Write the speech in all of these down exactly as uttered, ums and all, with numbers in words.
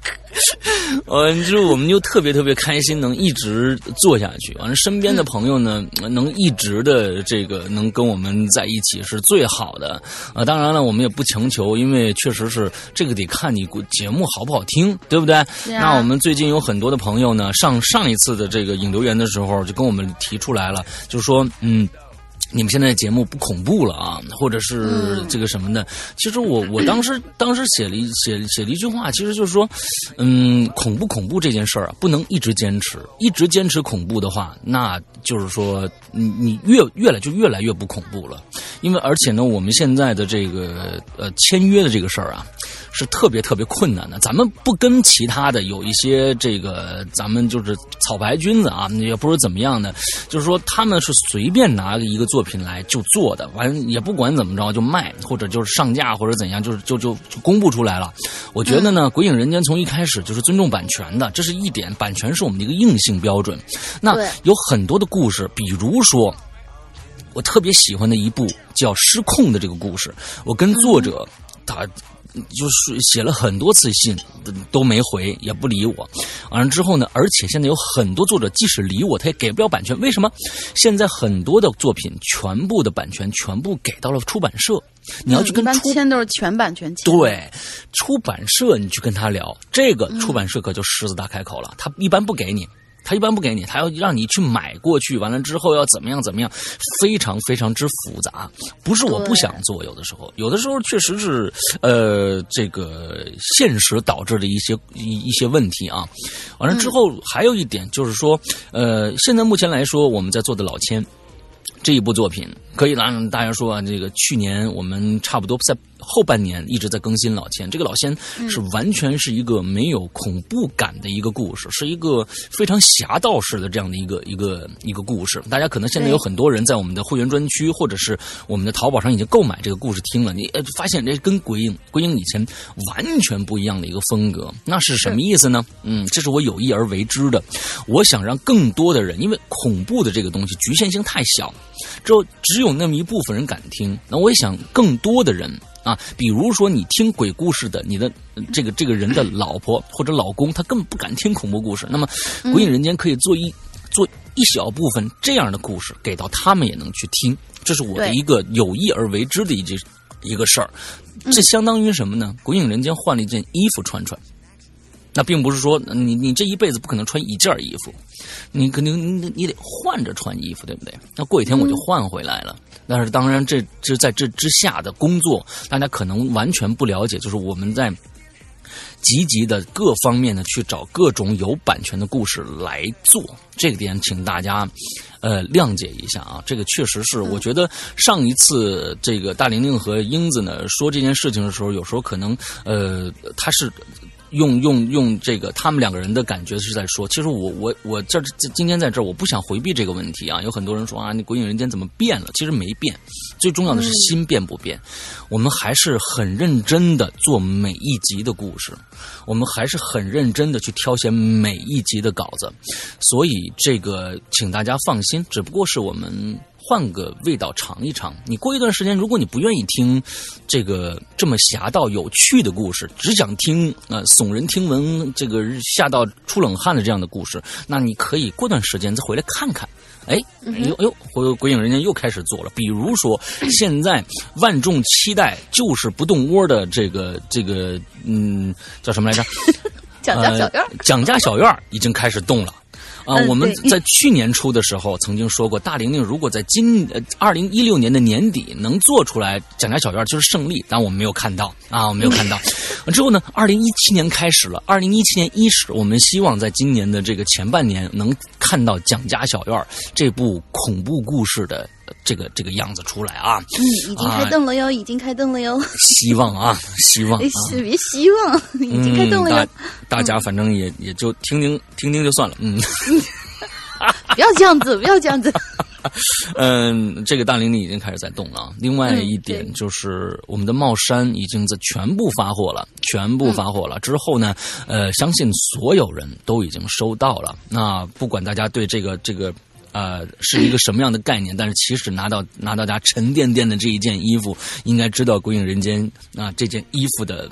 完了之后，我们就特别特别开心，能一直做下去。完了，身边的朋友呢，能一直的这个能跟我们在一起是最好的啊。当然了，我们也不强求，因为确实是这个得看你节目好不好听，对不对？啊、那我们最近有很多的朋友呢，上上一次的这个引流员的时候，就跟我们提出来了，就是说，嗯。你们现在的节目不恐怖了啊，或者是这个什么的。其实我我当时当时写了一写写了一句话，其实就是说，嗯，恐怖恐怖这件事儿啊，不能一直坚持，一直坚持恐怖的话，那就是说你你越越来就越来越不恐怖了。因为而且呢，我们现在的这个呃签约的这个事儿啊，是特别特别困难的。咱们不跟其他的有一些这个咱们就是草牌君子啊，也不是怎么样的，就是说他们是随便拿一个作品来就做的，完也不管怎么着就卖，或者就是上架或者怎样，就是就就就公布出来了。我觉得呢，鬼影人间从一开始就是尊重版权的，这是一点，版权是我们的一个硬性标准。那有很多的故事，比如说我特别喜欢的一部叫《失控》的这个故事，我跟作者他就是写了很多次信都没回，也不理我。完了之后呢，而且现在有很多作者即使理我，他也给不了版权。为什么？现在很多的作品全部的版权全部给到了出版社，你要去跟出、 嗯、一般签都是全版权签。 对，出版社你去跟他聊，这个出版社可就狮子大开口了，他一般不给你。他一般不给你，他要让你去买过去，完了之后要怎么样怎么样，非常非常之复杂。不是我不想做，有的时候，有的时候确实是呃这个现实导致的一些一一些问题啊。完了之后，还有一点就是说，呃，现在目前来说，我们在做的老千这一部作品，可以让大家说啊，这个去年我们差不多在后半年一直在更新老千，这个老千是完全是一个没有恐怖感的一个故事，是一个非常侠盗式的这样的一个一个一个故事。大家可能现在有很多人在我们的会员专区或者是我们的淘宝上已经购买这个故事听了，你发现这跟鬼影鬼影以前完全不一样的一个风格，那是什么意思呢？嗯，这是我有意而为之的。我想让更多的人，因为恐怖的这个东西局限性太小，只有只有那么一部分人敢听，那我也想更多的人啊，比如说你听鬼故事的，你的这个这个人的老婆或者老公，他根本不敢听恐怖故事。那么，鬼影人间可以做一做一小部分这样的故事，给到他们也能去听。这是我的一个有意而为之的一件一个事儿。这相当于什么呢？鬼影人间换了一件衣服穿穿。那并不是说你你这一辈子不可能穿一件衣服，你肯定你你得换着穿衣服，对不对？那过几天我就换回来了。嗯、但是当然这这在这之下的工作，大家可能完全不了解，就是我们在积极的各方面的去找各种有版权的故事来做，这个点请大家呃谅解一下啊。这个确实是，我觉得上一次这个大玲玲和英子呢说这件事情的时候，有时候可能呃他是。用用用这个，他们两个人的感觉是在说，其实我我我这今天在这儿，我不想回避这个问题啊。有很多人说啊，你鬼影人间怎么变了？其实没变，最重要的是心变不变。嗯、我们还是很认真的做每一集的故事，我们还是很认真的去挑选每一集的稿子，所以这个请大家放心，只不过是我们。换个味道尝一尝。你过一段时间，如果你不愿意听这个这么侠盗有趣的故事，只想听呃耸人听闻这个吓到出冷汗的这样的故事，那你可以过段时间再回来看看。哎，哎呦哎呦，鬼鬼影人间又开始做了。比如说，现在万众期待就是不动窝的这个这个嗯叫什么来着？ 蒋家小院、 呃，蒋家小院已经开始动了。啊、呃，我们在去年初的时候曾经说过，大玲玲如果在今呃二零一六年的年底能做出来蒋家小院就是胜利，但我们没有看到啊，我没有看到。之后呢，二零一七年开始了，二零一七年伊始，我们希望在今年的这个前半年能看到蒋家小院这部恐怖故事的这个这个样子出来啊。 嗯，已经开灯了哟，啊、已经开灯了哟。希望啊，希望、啊， 别希望，已经开灯了哟。 嗯、大, 大家反正也、嗯、也就听听听听就算了，嗯。 不要这样子，不要这样子。 嗯，这个大玲玲已经开始在动了。另外一点就是我们的帽衫已经在全部发货了，全部发货了。之后呢，呃，相信所有人都已经收到了。那不管大家对这个这个呃是一个什么样的概念，但是其实拿到拿到家沉甸甸的这一件衣服，应该知道鬼影人间啊、呃、这件衣服的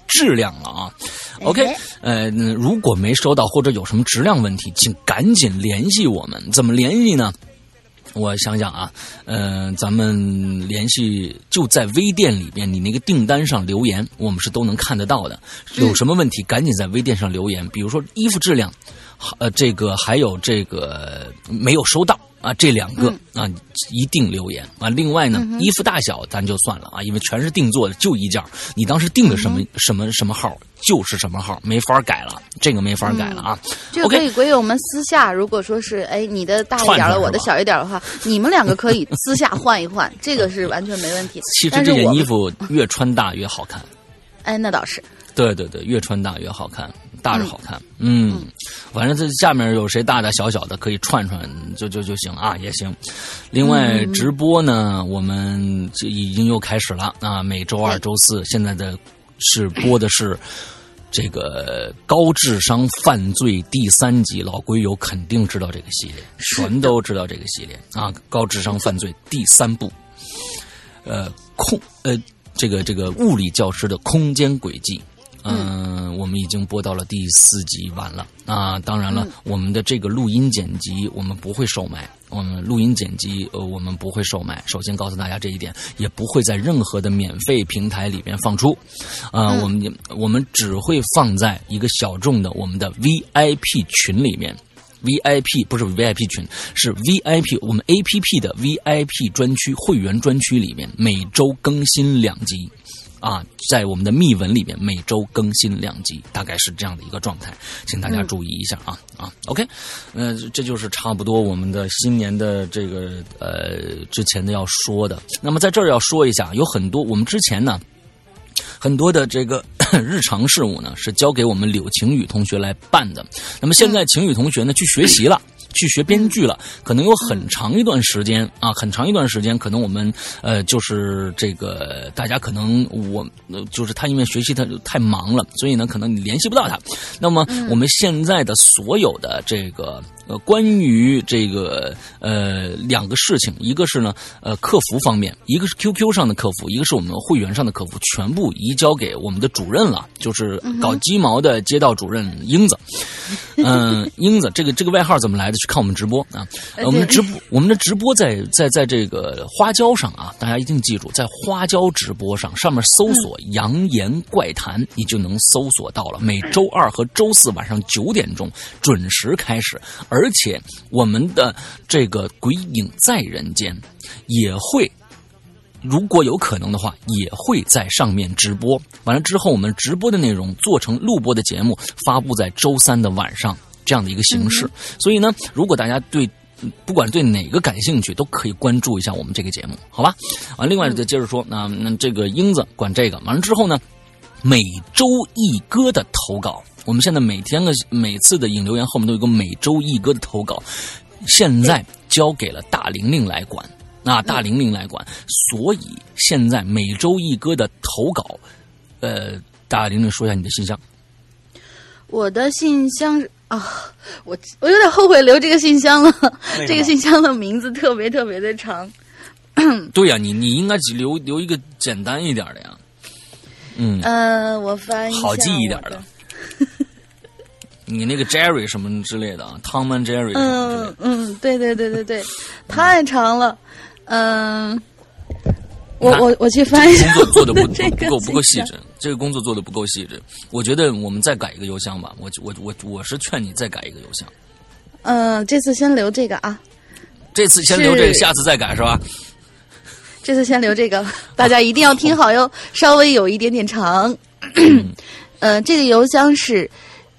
质量了啊。OK， 呃，如果没收到或者有什么质量问题，请赶紧联系我们。怎么联系呢？我想想啊，呃，咱们联系就在微店里边，你那个订单上留言，我们是都能看得到的。有什么问题，赶紧在微店上留言。比如说衣服质量，呃，这个还有这个没有收到啊，这两个、嗯、啊一定留言啊。另外呢、嗯，衣服大小咱就算了啊，因为全是定做的，就一件，你当时定的什么、嗯、什么什么号就是什么号，没法改了，这个没法改了啊。 嗯、这个可以归我们私下，如果说是哎你的大一点了，我的小一点的话，你们两个可以私下换一换，这个是完全没问题。 其实这件衣服越穿大越好看。 哎，那倒是。 对对对，越穿大越好看，大着好看。嗯，嗯反正这下面有谁大大小小的可以串串就就就行啊，也行。另外、嗯、直播呢，我们已经又开始了啊，每周二、周四，现在的是播的是这个高智商犯罪第三集，老龟友肯定知道这个系列，全都知道这个系列啊，高智商犯罪第三部，呃，空呃，这个这个物理教师的空间轨迹。嗯、呃，我们已经播到了第四集完了啊！当然了、嗯，我们的这个录音剪辑我们不会售卖，我们录音剪辑呃我们不会售卖。首先告诉大家这一点，也不会在任何的免费平台里面放出，啊、呃嗯，我们我们只会放在一个小众的我们的 V I P 群里面。V I P 不是 V I P 群，是 V I P 我们 A P P 的 V I P 专区会员专区里面，每周更新两集。啊，在我们的密文里面，每周更新两集，大概是这样的一个状态，请大家注意一下啊、嗯、啊 ，OK， 呃，这就是差不多我们的新年的这个呃之前的要说的。那么在这儿要说一下，有很多我们之前呢。很多的这个日常事务呢，是交给我们柳晴雨同学来办的。那么现在晴雨同学呢去学习了，去学编剧了，可能有很长一段时间啊，很长一段时间，可能我们呃就是这个大家可能我就是他因为学习他太忙了，所以呢可能你联系不到他。那么我们现在的所有的这个。呃，关于这个呃两个事情，一个是呢呃客服方面，一个是 Q Q 上的客服，一个是我们会员上的客服，全部移交给我们的主任了，就是搞鸡毛的街道主任英子。嗯、呃，英子这个这个外号怎么来的？去看我们直播啊。呃、我们的直播，我们的直播在在在这个花椒上啊，大家一定记住，在花椒直播上，上面搜索“扬言怪谈”，你就能搜索到了。每周二和周四晚上九点钟准时开始。而且我们的这个鬼影在人间也会，如果有可能的话，也会在上面直播。完了之后，我们直播的内容做成录播的节目，发布在周三的晚上这样的一个形式。嗯、所以呢，如果大家对不管对哪个感兴趣，都可以关注一下我们这个节目，好吧？啊，另外再接着说，那那这个英子管这个，完了之后呢，每周一歌的投稿。我们现在每天的每次的引留言后面都有个每周一歌的投稿，现在交给了大玲玲来管，啊，大玲玲来管，所以现在每周一歌的投稿，呃，大玲玲说一下你的信箱。 我的信箱啊，我我有点后悔留这个信箱了，这个信箱的名字特别特别的长。 对呀、啊，你你应该留留一个简单一点的呀。嗯， 呃，我翻译一下， 好记一点的。你那个 Jerry 什么之类的啊 ，Tom and Jerry 什么之类的。 嗯嗯，对对对对对，太长了。嗯、呃，我我我去翻一下。 工作做的不不够不够细致，这个工作做的不够细致。我觉得我们再改一个邮箱吧。我我我我是劝你再改一个邮箱。 嗯、呃，这次先留这个啊。 这次先留这个，下次再改是吧？ 这次先留这个，大家一定要听好哟，稍微有一点点长。呃，这个邮箱是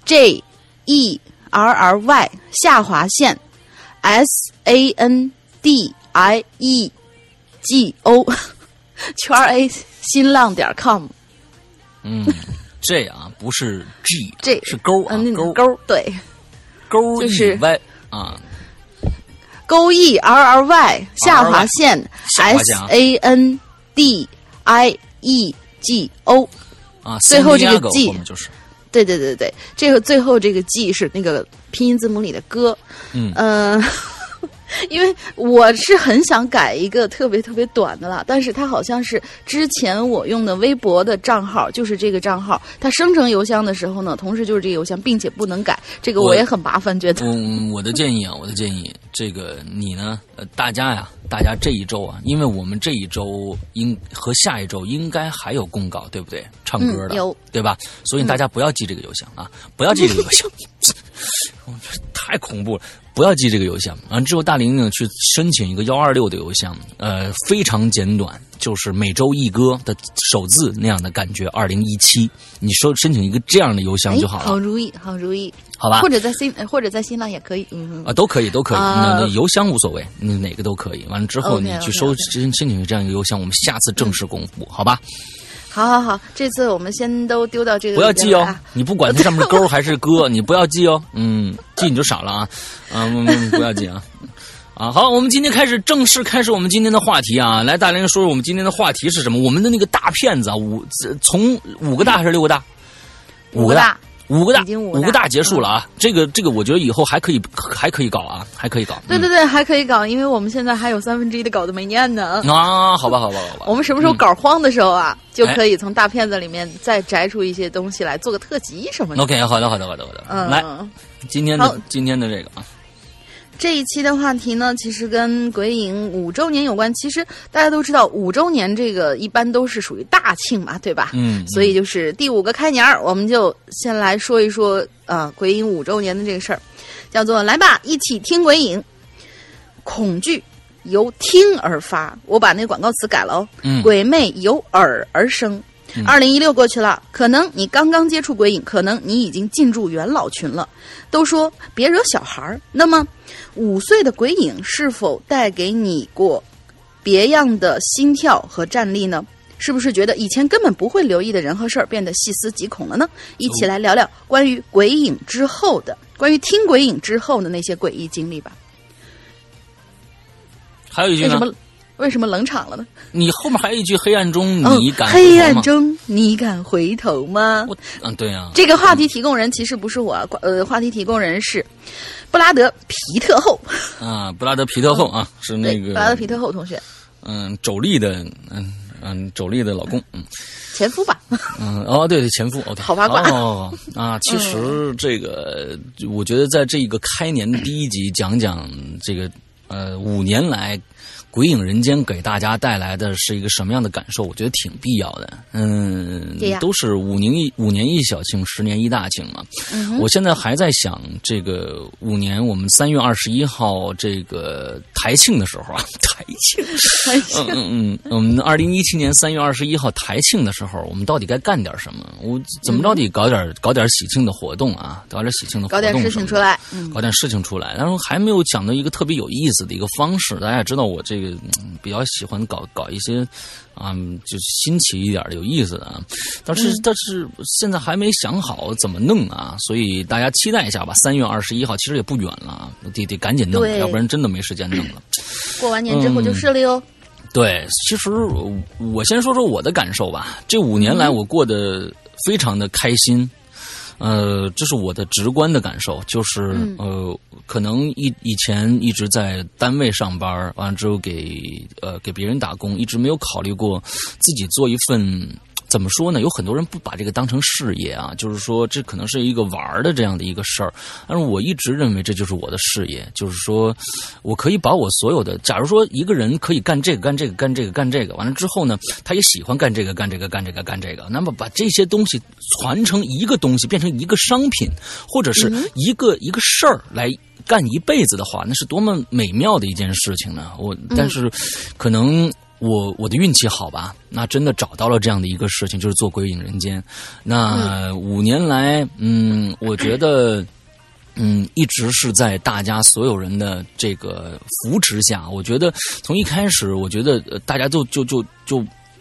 J E R R Y 下划线 S A N D I E G O 圈 A 新浪点 com。 嗯，这啊不是 G， 这是勾啊， 嗯、 勾勾对， 勾就是 Y 啊。 勾 E R R Y 下划线 S A N D I E G O 啊， 最后这个 G 就是， 对对对对，这个最后这个 G 是那个拼音字母里的歌， 嗯呃， 因为我是很想改一个特别特别短的啦，但是它好像是之前我用的微博的账号，就是这个账号，它生成邮箱的时候呢，同时就是这个邮箱，并且不能改，这个我也很麻烦，觉得。 嗯，我的建议啊，我的建议，这个你呢，呃，大家呀，大家这一周啊，因为我们这一周应和下一周应该还有公告，对不对？唱歌的， 嗯、有， 对吧？所以大家不要记这个邮箱啊，不要记这个邮箱，太恐怖了。不要记这个邮箱啊！之后大玲玲去申请一个幺二六的邮箱，呃，非常简短，就是每周一歌的首字那样的感觉。二零一七，你说申请一个这样的邮箱就好了。 好主意，好主意， 好吧？ 或者在新，或者在新浪也可以，嗯啊，都可以，都可以。 啊、 那邮箱无所谓，你哪个都可以。完了之后，你去收申申请这样一个邮箱，我们下次正式公布，好吧？ 好好好，这次我们先都丢到这个。 不要记哦，你不管它上面是勾还是歌，你不要记哦。嗯，记你就傻了啊，嗯，不要记啊。啊，好，我们今天开始正式开始我们今天的话题啊。来，大林说说我们今天的话题是什么？我们的那个大骗子啊，五从五个大还是六个大？ 五个大。 五个大， 已经五个大，五个大结束了啊！嗯、这个这个，我觉得以后还可以，还可以搞啊，还可以搞。 对对对，嗯、还可以搞，因为我们现在还有三分之一的稿子没念呢。 啊，好吧，好吧，好吧。 我们什么时候稿荒的时候啊， 嗯、 就可以从大片子里面再摘出一些东西来做个特辑什么的。 OK， 好的，好的，好的，好的。嗯，来，今天的今天的这个啊。 这一期的话题呢，其实跟鬼影五周年有关。其实大家都知道，五周年这个一般都是属于大庆嘛，对吧？ 嗯。 所以就是第五个开年儿，我们就先来说一说啊、呃，鬼影五周年的这个事儿，叫做来吧，一起听鬼影。恐惧由听而发，我把那个广告词改了哦。 嗯。 鬼魅由耳而生。二零一六过去了，可能你刚刚接触鬼影，可能你已经进入元老群了。都说别惹小孩儿，那么五岁的鬼影是否带给你过别样的心跳和战栗呢？是不是觉得以前根本不会留意的人和事儿变得细思极恐了呢？一起来聊聊关于鬼影之后的，关于听鬼影之后的那些诡异经历吧。 还有一句呢？ 为什么为什么冷场了呢？ 你后面还有一句黑暗中你敢、 哦、黑暗中你敢回头吗？ 嗯，对啊。 这个话题提供人其实不是我，呃，话题提供人是布拉德皮特后啊，布拉德皮特后啊，是那个布拉德皮特后同学， 嗯，周丽的，嗯嗯，周丽的老公，嗯， 前夫吧， 嗯，哦，对对，前夫，哦， 好八卦哦啊，其实这个，嗯、我觉得在这个开年的第一集讲讲这个，呃，五年来。鬼影人间给大家带来的是一个什么样的感受？我觉得挺必要的。嗯，都是五年一五年一小庆，十年一大庆嘛。 嗯、 我现在还在想，这个五年，我们三月二十一号这个台庆的时候啊，台庆， 台庆， 嗯嗯嗯，我们二零一七年三月二十一号台庆的时候，我们到底该干点什么？我怎么着得搞点、嗯、搞点喜庆的活动啊，搞点喜庆的活动， 搞点事情出来，嗯、 搞点事情出来。然后还没有想到一个特别有意思的一个方式，大家也知道我这个。嗯、比较喜欢搞搞一些啊、嗯，就新奇一点的、有意思的啊。但是、嗯、但是现在还没想好怎么弄啊，所以大家期待一下吧。三月二十一号其实也不远了，得得赶紧弄，要不然真的没时间弄了。 过完年之后就是了哟。 嗯、对，其实我先说说我的感受吧。这五年来我过得非常的开心。呃，这是我的直观的感受，就是、嗯、呃，可能以以前一直在单位上班，完了之后给呃给别人打工，一直没有考虑过自己做一份。怎么说呢？有很多人不把这个当成事业啊，就是说这可能是一个玩的这样的一个事儿。但是我一直认为这就是我的事业，就是说我可以把我所有的，假如说一个人可以干这个干这个干这个干这个，完了之后呢，他也喜欢干这个干这个干这个干这个，那么把这些东西传成一个东西，变成一个商品，或者是一个、嗯、一个事儿来干一辈子的话，那是多么美妙的一件事情呢！我但是可能。我我的运气好吧，那真的找到了这样的一个事情，就是做鬼影人间。那五年来，嗯，我觉得，嗯，一直是在大家所有人的这个扶持下。我觉得从一开始，我觉得大家就就就就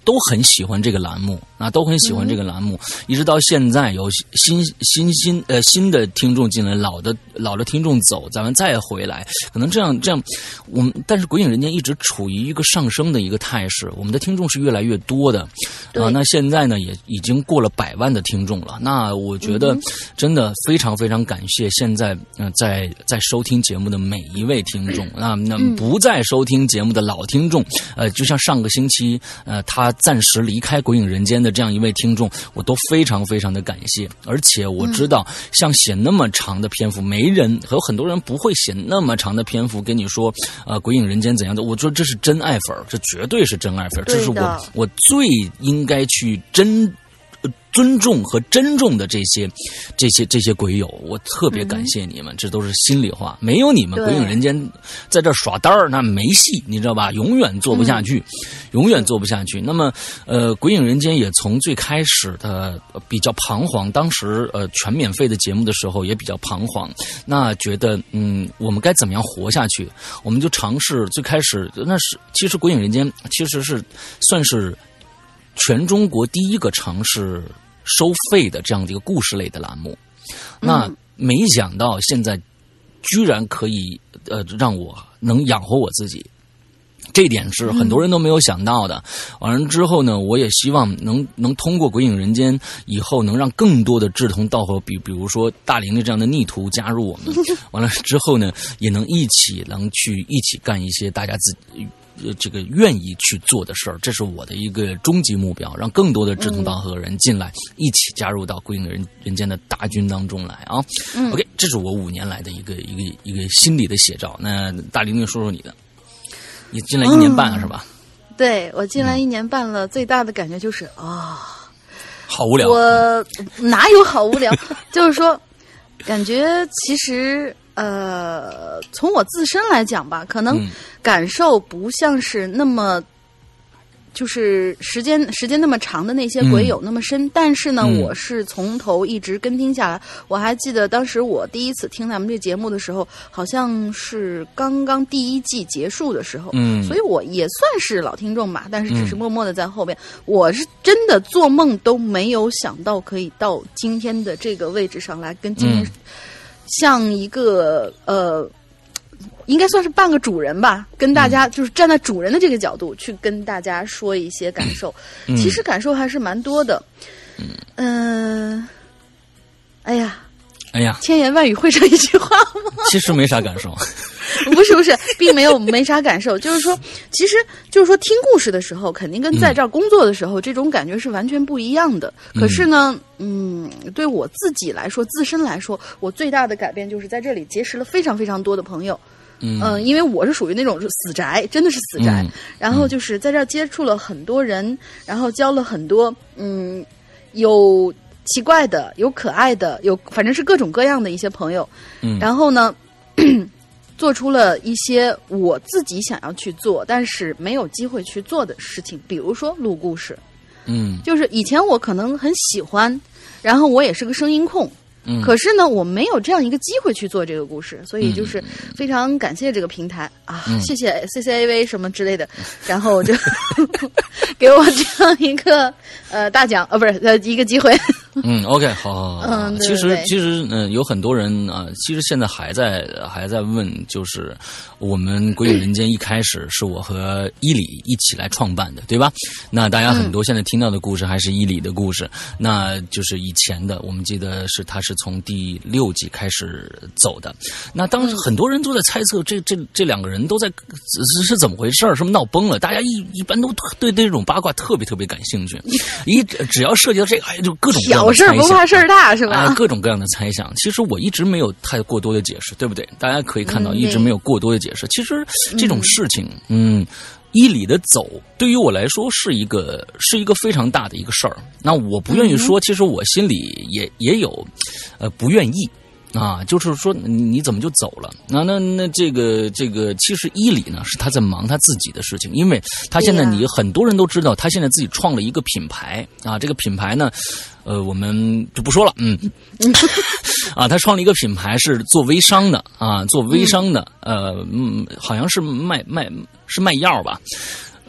都很喜欢这个栏目啊，都很喜欢这个栏目，嗯、一直到现在有新新新呃新的听众进来，老的老的听众走，咱们再回来，可能这样这样，我们但是《鬼影人间》一直处于一个上升的一个态势，我们的听众是越来越多的啊。那现在呢，也已经过了百万的听众了。那我觉得真的非常非常感谢现在嗯、呃、在在收听节目的每一位听众啊，那不再收听节目的老听众，呃，就像上个星期呃他。暂时离开《鬼影人间》的这样一位听众，我都非常非常的感谢。而且我知道，像写那么长的篇幅，没人和很多人不会写那么长的篇幅跟你说，呃，《鬼影人间》怎样的。我说这是真爱粉，这绝对是真爱粉，这是我我最应该去真。尊重和珍重的这些、这些、这些鬼友，我特别感谢你们，嗯、这都是心里话。没有你们，《鬼影人间》在这耍单儿，那没戏，你知道吧？永远做不下去，嗯、永远做不下去。那么，呃，《鬼影人间》也从最开始的比较彷徨，当时呃全免费的节目的时候也比较彷徨，那觉得嗯，我们该怎么样活下去？我们就尝试最开始，那是其实《鬼影人间》其实是算是。全中国第一个尝试收费的这样的一个故事类的栏目，那没想到现在居然可以呃让我能养活我自己，这一点是很多人都没有想到的。完了之后呢，我也希望能能通过《鬼影人间》以后能让更多的志同道合，比比如说大玲玲这样的逆徒加入我们。完了之后呢，也能一起能去一起干一些大家自己。呃，这个愿意去做的事儿，这是我的一个终极目标，让更多的志同道合的人进来，嗯、一起加入到《鬼影人人间》的大军当中来啊。嗯、OK， 这是我五年来的一个一个一个心理的写照。那大玲玲说说你的，你进来一年半了、嗯、是吧？ 对，我进来一年半了，嗯、最大的感觉就是啊、哦， 好无聊。 我哪有好无聊？就是说，感觉其实。呃，从我自身来讲吧，可能感受不像是那么，就是时间时间那么长的那些鬼友那么深，嗯、但是呢，嗯、我是从头一直跟听下来。我还记得当时我第一次听咱们这节目的时候，好像是刚刚第一季结束的时候，嗯，所以我也算是老听众吧，但是只是默默的在后边。嗯、我是真的做梦都没有想到可以到今天的这个位置上来，跟今天。嗯像一个呃，应该算是半个主人吧，跟大家就是站在主人的这个角度去跟大家说一些感受。嗯、其实感受还是蛮多的。嗯、呃，哎呀， 哎呀， 千言万语汇成一句话吗？ 其实没啥感受。 不是不是，并没有没啥感受，就是说，其实就是说，听故事的时候，肯定跟在这儿工作的时候，嗯、这种感觉是完全不一样的。可是呢，嗯，对我自己来说，自身来说，我最大的改变就是在这里结识了非常非常多的朋友。嗯、呃，因为我是属于那种死宅，真的是死宅。嗯、然后就是在这儿接触了很多人，然后交了很多嗯有奇怪的、有可爱的、有反正是各种各样的一些朋友。嗯，然后呢。做出了一些我自己想要去做，但是没有机会去做的事情，比如说录故事。嗯，就是以前我可能很喜欢，然后我也是个声音控。嗯，可是呢，我没有这样一个机会去做这个故事，所以就是非常感谢这个平台啊，嗯、谢谢 C C A V 什么之类的，然后就给我这样一个呃大奖啊，不是呃一个机会。 嗯 ，OK， 好好好。嗯，其实其实嗯、呃，有很多人啊、呃，其实现在还在还在问，就是我们《鬼影人间》一开始是我和伊里一起来创办的，对吧？那大家很多现在听到的故事还是伊里的故事，嗯、那就是以前的，我们记得是他是从第六集开始走的。那当时很多人都在猜测，这这这两个人都在是是怎么回事？是不是闹崩了？大家一一般都对对这种八卦特别特别感兴趣，一只要涉及到这个，哎，就各种各样的小事不怕事儿大，是吧？ 哎，各种各样的猜想。其实我一直没有太过多的解释，对不对？大家可以看到，一直没有过多的解释。其实这种事情，嗯。伊里的走对于我来说是一个是一个非常大的一个事儿。那我不愿意说，其实我心里也也有，呃，不愿意啊，就是说你你怎么就走了？那那那这个这个，其实伊里呢是他在忙他自己的事情，因为他现在你很多人都知道，他现在自己创了一个品牌啊，这个品牌呢。呃，我们就不说了，嗯，啊，他创了一个品牌是做微商的啊，做微商的，呃，嗯，好像是卖卖是卖药吧，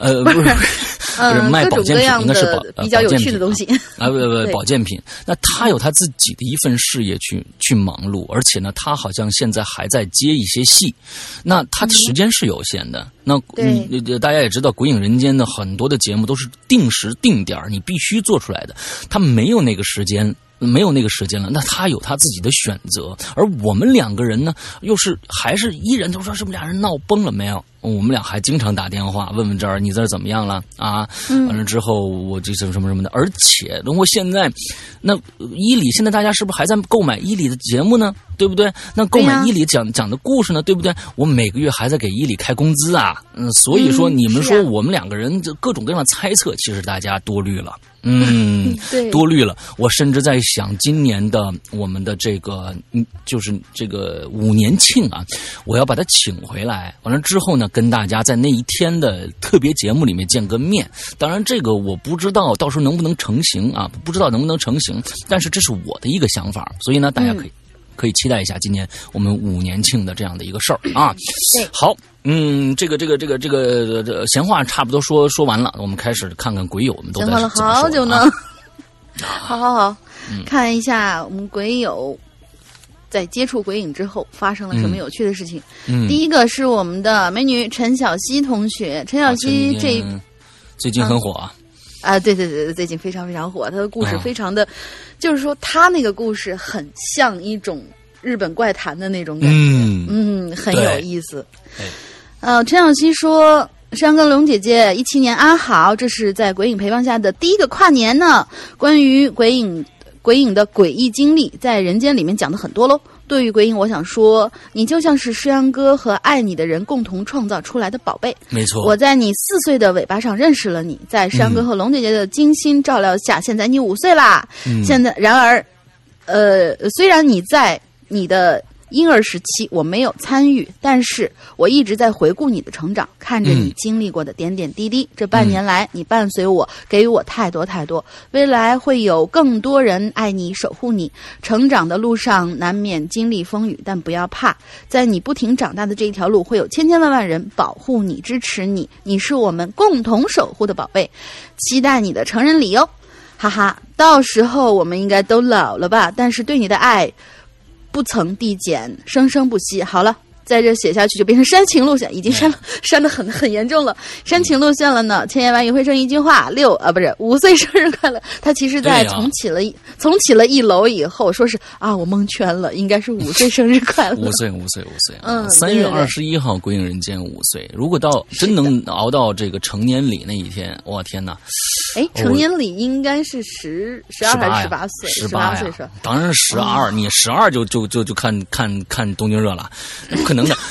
呃，不是，不是嗯， 卖保健品，应该是保比较有趣的东西啊，不不，保健品。那他有他自己的一份事业去去忙碌，而且呢，他好像现在还在接一些戏，那他的时间是有限的。嗯、那嗯，大家也知道，《鬼影人间》的很多的节目都是定时定点，你必须做出来的，他没有那个时间。没有那个时间了，那他有他自己的选择，而我们两个人呢，又是还是依然都说是不是俩人闹崩了没有？我们俩还经常打电话问问这儿你这儿怎么样了啊？嗯、完了之后我这什么什么什么的，而且如果现在那伊里现在大家是不是还在购买伊里的节目呢？对不对？那购买伊里讲、啊、讲的故事呢，对不对？我每个月还在给伊里开工资啊，嗯，所以说你们说我们两个人就各种各样的猜测，其实大家多虑了。嗯， 对， 多虑了。我甚至在想，今年的我们的这个，嗯，就是这个五年庆啊，我要把他请回来。完了之后呢，跟大家在那一天的特别节目里面见个面。当然，这个我不知道到时候能不能成型啊，不知道能不能成型。但是这是我的一个想法，所以呢，大家可以。嗯可以期待一下今年我们五年庆的这样的一个事儿啊。 对， 好，嗯，这个这个这个这个、这个、闲话差不多说说完了，我们开始看看鬼友们都在闲话了好久呢。 啊、 好好好、嗯，看一下我们鬼友在接触鬼影之后发生了什么有趣的事情。 嗯， 第一个是我们的美女陈小希同学，陈小希这、 啊、最近很火啊。 嗯啊，对对对对，最近非常非常火，他的故事非常的，哦、就是说他那个故事很像一种日本怪谈的那种感觉， 嗯, 嗯很有意思。呃，陈小希说：“山哥龙姐姐，一七年安好，这是在鬼影陪伴下的第一个跨年呢。关于鬼影鬼影的诡异经历，在人间里面讲的很多喽。对于鬼影，我想说，你就像是诗阳哥和爱你的人共同创造出来的宝贝。 没错， 我在你四岁的尾巴上认识了你，在诗阳哥和龙姐姐的精心照料下，嗯、现在你五岁啦。嗯、现在，然而，呃，虽然你在你的婴儿时期我没有参与，但是我一直在回顾你的成长，看着你经历过的点点滴滴。嗯、这半年来，你伴随我，给予我太多太多。未来会有更多人爱你，守护你。成长的路上难免经历风雨，但不要怕，在你不停长大的这一条路，会有千千万万人保护你、支持你。你是我们共同守护的宝贝，期待你的成人礼哦，哈哈！到时候我们应该都老了吧？但是对你的爱不曾递减，生生不息。好了，在这写下去就变成煽情路线，已经煽了，煽得很很严重了，煽情路线了呢。千言万语汇成一句话，六啊不是五岁生日快乐。他其实在重启了、啊、重启了一楼以后，说是啊我蒙圈了，应该是五岁生日快乐。 五岁五岁五岁， 嗯， 三月二十一号鬼影人间五岁。如果到真能熬到这个成年礼那一天，哇天哪！ 哎，成年礼应该是十十二还是十八岁？ 十八岁是吧？ 当然十二，你十二就就就就看看看东京热了，不可能的。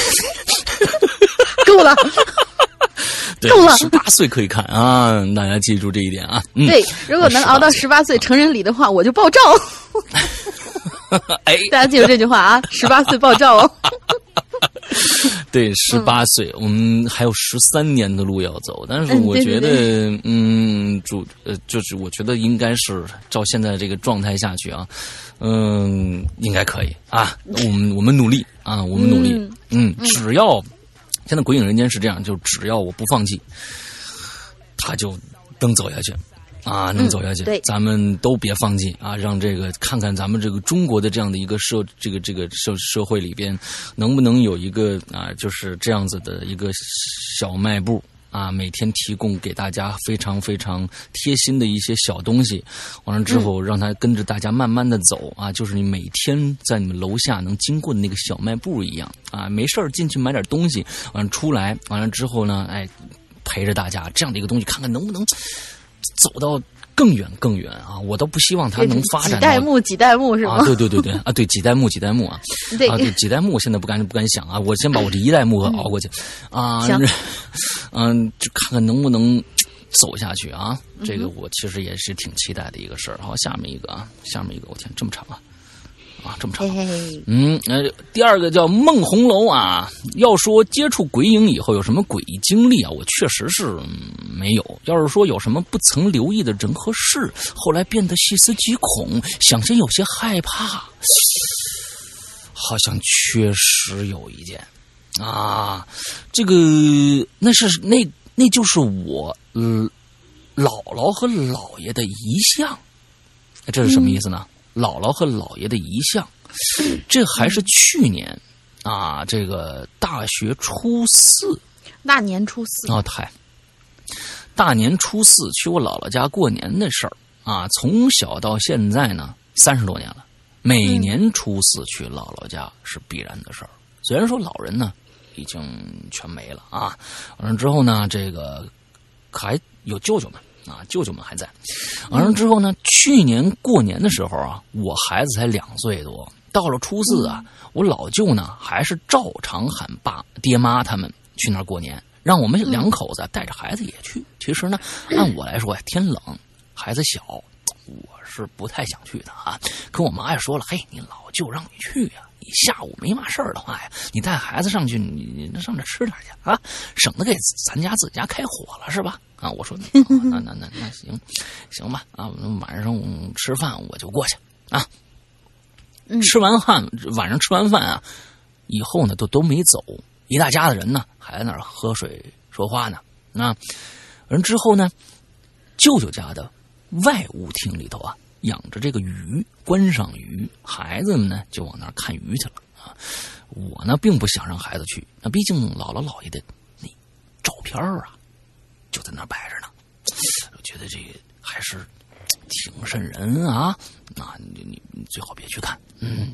够了，够了， 十八岁可以看啊！大家记住这一点啊。嗯、 对，如果能熬到十八岁成人礼的话，我就爆照。 哎， 大家记住这句话啊！十八岁爆照哦。 对，十八岁、嗯，我们还有十三年的路要走，但是我觉得，嗯，对对对嗯主呃，就是我觉得应该是照现在这个状态下去啊，嗯，应该可以啊。我们我们努力啊，我们努力，嗯，嗯只要现在鬼影人间是这样，就只要我不放弃，他就能走下去。啊，能走下去、 嗯，对， 咱们都别放弃啊！让这个看看咱们这个中国的这样的一个社，这个这个社社会里边，能不能有一个啊，就是这样子的一个小卖部啊，每天提供给大家非常非常贴心的一些小东西，完了之后让他跟着大家慢慢的走啊，就是你每天在你们楼下能经过的那个小卖部一样啊，没事儿进去买点东西，完了出来，完了之后呢，哎，陪着大家这样的一个东西，看看能不能走到更远更远啊！我都不希望它能发展到几代目几代目是吗？ 啊，对对对对啊，对几代目几代目啊， 对啊对几代目，我现在不敢不敢想啊，我先把我这一代目熬过去、嗯、啊， 行， 嗯，就看看能不能走下去啊。这个我其实也是挺期待的一个事儿。好，下面一个啊，下面一个，我天，这么长啊！啊，这么长， 嘿嘿嗯，呃，第二个叫梦红楼啊。要说接触鬼影以后有什么诡异经历啊，我确实是、嗯、没有。要是说有什么不曾留意的人和事，后来变得细思极恐，想想有些害怕，好像确实有一件啊。这个那是那那就是我嗯姥姥和姥爷的遗像。这是什么意思呢？嗯、姥姥和姥爷的遗像，这还是去年啊，这个大学初四， 大年初四啊，太大年初四去我姥姥家过年的事儿啊，从小到现在呢，三十多年了，每年初四去姥姥家是必然的事儿。虽然说老人呢已经全没了啊，完了之后呢，这个还有舅舅们。啊，舅舅们还在。完了之后呢，去年过年的时候啊，我孩子才两岁多。到了初四啊，我老舅呢还是照常喊爸、爹妈他们去那儿过年，让我们两口子带着孩子也去。其实呢，按我来说呀，天冷，孩子小，我是不太想去的啊。可我妈也说了，嘿，你老舅让你去呀、啊。你下午没嘛事儿的话呀，你带孩子上去，你你上这吃点去啊，省得给咱家自己家开火了是吧？啊，我说、哦、那那那那行行吧啊，晚上吃饭我就过去啊。吃完饭晚上吃完饭啊，以后呢都都没走，一大家子人呢还在那儿喝水说话呢。啊，完之后呢，舅舅家的外屋厅里头啊。养着这个鱼，观赏鱼，孩子们呢就往那儿看鱼去了啊。我呢并不想让孩子去，那毕竟姥姥姥爷的那照片啊就在那儿摆着呢。我觉得这个还是挺瘆人啊，那你你你最好别去看。嗯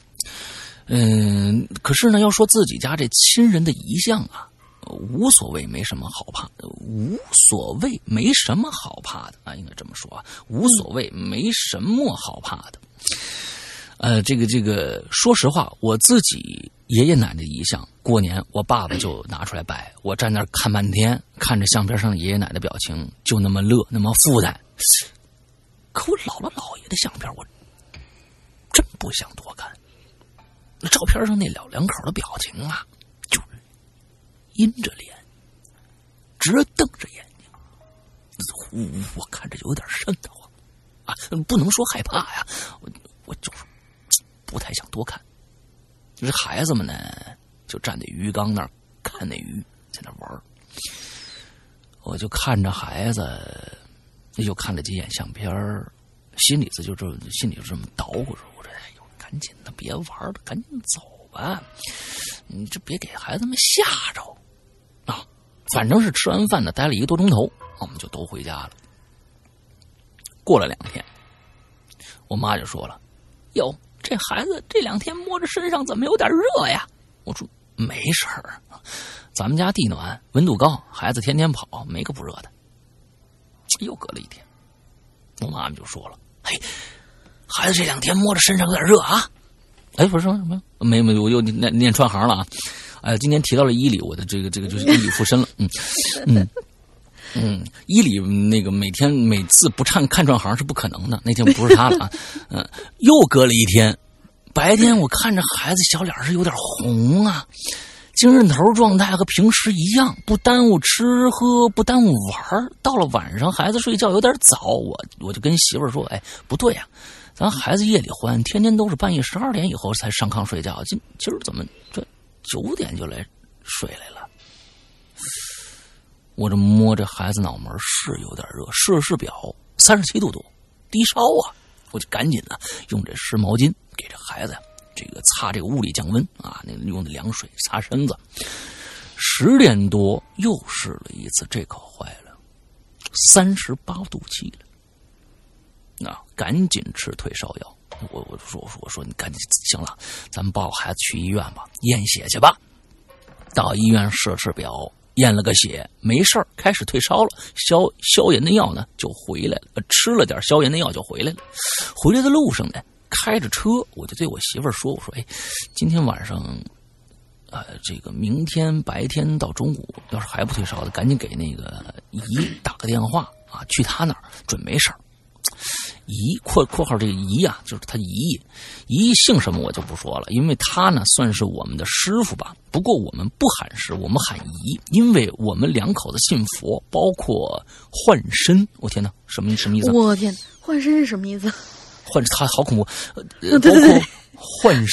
嗯，可是呢，要说自己家这亲人的遗像啊。无所谓，没什么好怕的。无所谓，没什么好怕的啊，应该这么说啊。无所谓，没什么好怕的。呃，这个这个，说实话，我自己爷爷奶奶的遗像，过年我爸爸就拿出来摆，我站那儿看半天，看着相片上的爷爷奶奶的表情，就那么乐，那么负担。可我姥姥姥爷的相片，我真不想多看。那照片上那老两口的表情啊。阴着脸，直瞪着眼睛，我看着有点瘆得慌啊！不能说害怕呀，我我就是不太想多看。就是孩子们呢，就站在鱼缸那儿看那鱼在那玩，我就看着孩子，又看了几眼相片，心里头就这心里就这么捣鼓着，我说：“哎呦，赶紧的，别玩了，赶紧走吧，你这别给孩子们吓着。”啊，反正是吃完饭呢，待了一个多钟头，我们就都回家了。过了两天，我妈就说了：“哟，这孩子这两天摸着身上怎么有点热呀？”我说：“没事儿，咱们家地暖，温度高，孩子天天跑，没个不热的。”又隔了一天，我妈妈就说了：“嘿，孩子这两天摸着身上有点热啊。”哎，不是说什么？没没，我又念念串行了啊！哎，今天提到了伊里，我的这个这个就是伊里附身了。嗯嗯嗯，伊里那个每天每次不看看串行是不可能的，那天不是他了啊。嗯，又隔了一天，白天我看着孩子小脸是有点红啊，精神头状态和平时一样，不耽误吃喝，不耽误玩。到了晚上，孩子睡觉有点早，我我就跟媳妇儿说：“哎，不对呀、啊，咱孩子夜里欢，天天都是半夜十二点以后才上炕睡觉，今今儿怎么这九点就来睡来了？”我这摸着孩子脑门是有点热，试了试表，三十七度多，低烧啊！我就赶紧呢用这湿毛巾给这孩子这个擦这个物理降温啊，那用的凉水擦身子。十点多又试了一次，这可坏了，三十八度七了。那赶紧吃退烧药。我我说我说我说你赶紧行了，咱们抱孩子去医院吧，验血去吧。到医院试了试表，验了个血，没事儿，开始退烧了。消消炎的药呢就回来了，呃、吃了点消炎的药就回来了。回来的路上呢，开着车我就对我媳妇儿说：“我说，哎，今天晚上，呃，这个明天白天到中午，要是还不退烧的，赶紧给那个姨打个电话啊，去他那儿准没事儿。”姨括括号这个姨啊，就是他姨，姨姓什么我就不说了，因为他呢算是我们的师傅吧。不过我们不喊师，我们喊姨，因为我们两口子信佛，包括换身。我天哪，什么什么意思？ 我天，换身是什么意思？ 换他好恐怖，呃、包括换身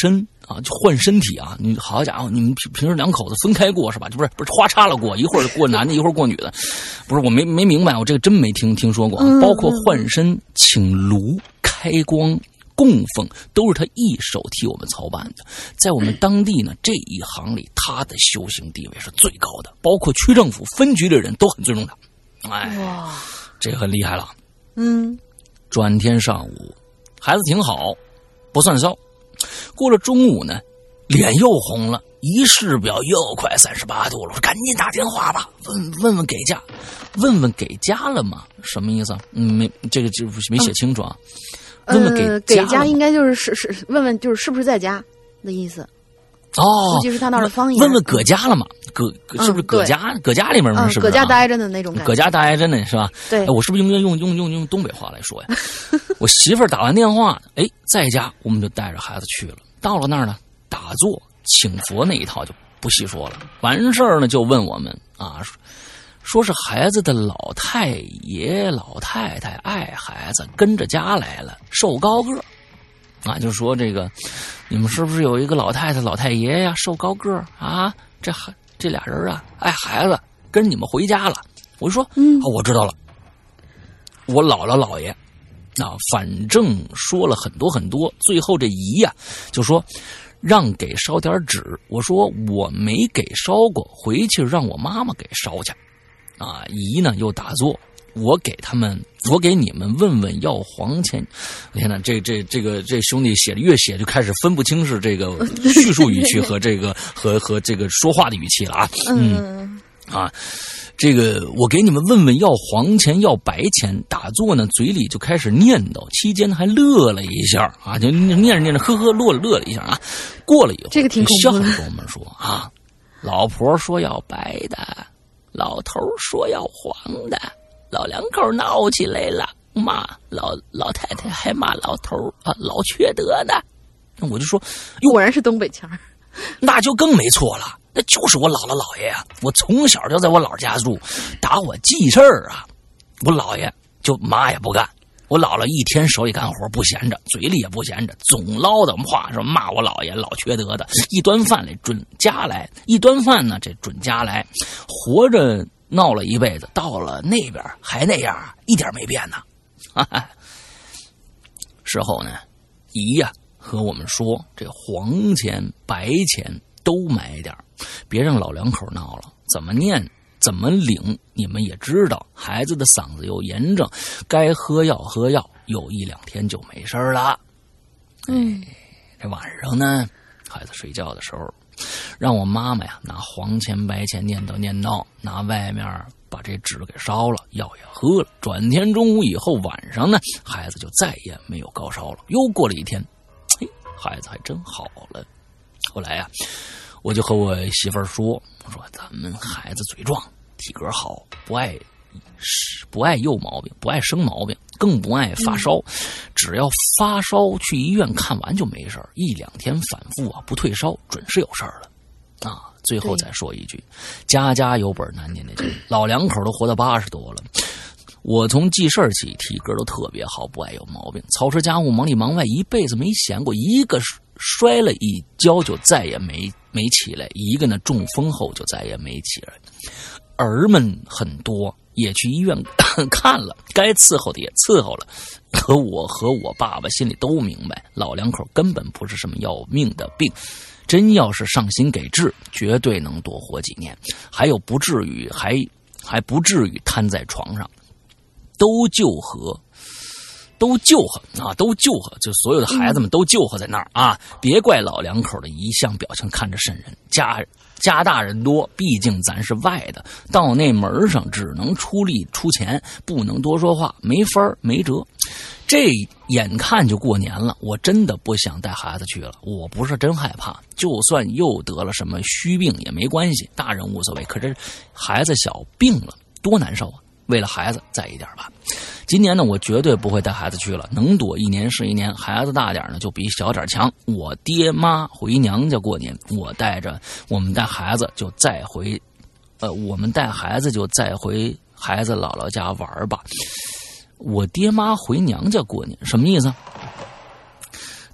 啊，就换身体啊！你好家伙，你们平平时两口子分开过是吧？就不是不是花叉了过，一会儿过男的，一会儿过女的，不是我没没明白，我这个真没听听说过。包括换身、请炉、开光、供奉，都是他一手替我们操办的。在我们当地呢，这一行里，他的修行地位是最高的，包括区政府分局的人都很尊重他。哎，哇，这很厉害了。 嗯， 转天上午，孩子挺好，不算烧。过了中午呢，脸又红了，仪式表又快三十八度了。我说赶紧打电话吧，问问问给家，问问给家了吗？什么意思啊？嗯，没这个就没写清楚啊。嗯、问问给家、呃、 给家应该就是是是问问就是是不是在家的意思。 哦， 估计是他那儿的方言。 问问搁家了吗？搁是不是搁家？嗯、搁家里面吗？ 嗯、 是不是、啊？ 搁家待着的那种感觉。 搁家待着呢，是吧？ 对、 哎，我是不是应该用用用用东北话来说呀？我媳妇儿打完电话，哎，在家，我们就带着孩子去了。到了那儿呢，打坐请佛那一套就不细说了。完事儿呢，就问我们啊，说是孩子的老太爷老太太爱孩子，跟着家来了，瘦高个儿。啊，就说这个，你们是不是有一个老太太、老太爷呀，瘦高个儿啊？这这俩人啊，爱孩子，跟你们回家了。我就说，嗯、啊，我知道了。我姥姥姥爷，啊，反正说了很多很多，最后这姨呀、啊，就说让给烧点纸。我说我没给烧过，回去让我妈妈给烧去。啊，姨呢又打坐。我给他们，我给你们问问要黄钱。天哪，这这这个这兄弟写的越写就开始分不清是这个叙述语气和这个和和这个说话的语气了啊。嗯啊，这个我给你们问问要黄钱要白钱，打坐呢嘴里就开始念叨，期间还乐了一下啊，就念着念着呵呵乐了乐了一下啊。过了一会儿， 这个挺恐怖的，笑着跟我们说啊，老婆说要白的，老头说要黄的。老两口闹起来了，骂老老太太还骂老头啊，老缺德呢。那我就说， 果然是东北腔， 那就更没错了，那就是我姥姥姥爷啊。我从小就在我姥家住，打我记事儿啊，我姥爷就嘛也不干。我姥姥一天手里干活不闲着，嘴里也不闲着，总唠叨话，说骂我姥爷老缺德的。一端饭来准家来，一端饭呢这准家来，活着。闹了一辈子，到了那边还那样，一点没变呢。哈哈。事后呢，姨呀、啊、和我们说，这黄钱白钱都买点，别让老两口闹了。怎么念怎么领，你们也知道，孩子的嗓子又炎症，该喝药喝药，有一两天就没事了。嗯，这晚上呢，孩子睡觉的时候。让我妈妈呀拿黄钱白钱念叨念叨，拿外面把这纸给烧了，药也喝了。转天中午以后，晚上呢，孩子就再也没有高烧了。又过了一天，嘿，孩子还真好了。后来呀，我就和我媳妇儿说：“我说咱们孩子嘴壮，体格好，不爱不爱幼毛病，不爱生毛病，更不爱发烧。只要发烧去医院看完就没事儿，一两天反复啊不退烧，准是有事儿了。啊，最后再说一句，家家有本难念的经，老两口都活到八十多了。我从记事儿起，体格都特别好，不爱有毛病，操持家务，忙里忙外，一辈子没闲过。一个摔了一跤就再也没没起来，一个呢中风后就再也没起来。儿们很多。也去医院看了，该伺候的也伺候了，可我和我爸爸心里都明白，老两口根本不是什么要命的病，真要是上心给治，绝对能多活几年，还有不至于还还不至于瘫在床上，都救和。都救和啊，都救和，就所有的孩子们都救和在那儿啊！别怪老两口的一向表情看着瘆人，家家大人多，毕竟咱是外的，到那门上只能出力出钱，不能多说话，没法没辙。这眼看就过年了，我真的不想带孩子去了。我不是真害怕，就算又得了什么虚病也没关系，大人无所谓。可是孩子小病了，多难受啊！为了孩子在意点吧。今年呢，我绝对不会带孩子去了，能躲一年是一年。孩子大点呢，就比小点强。我爹妈回娘家过年，我带着我们带孩子就再回，呃，我们带孩子就再回孩子姥姥家玩吧。我爹妈回娘家过年什么意思？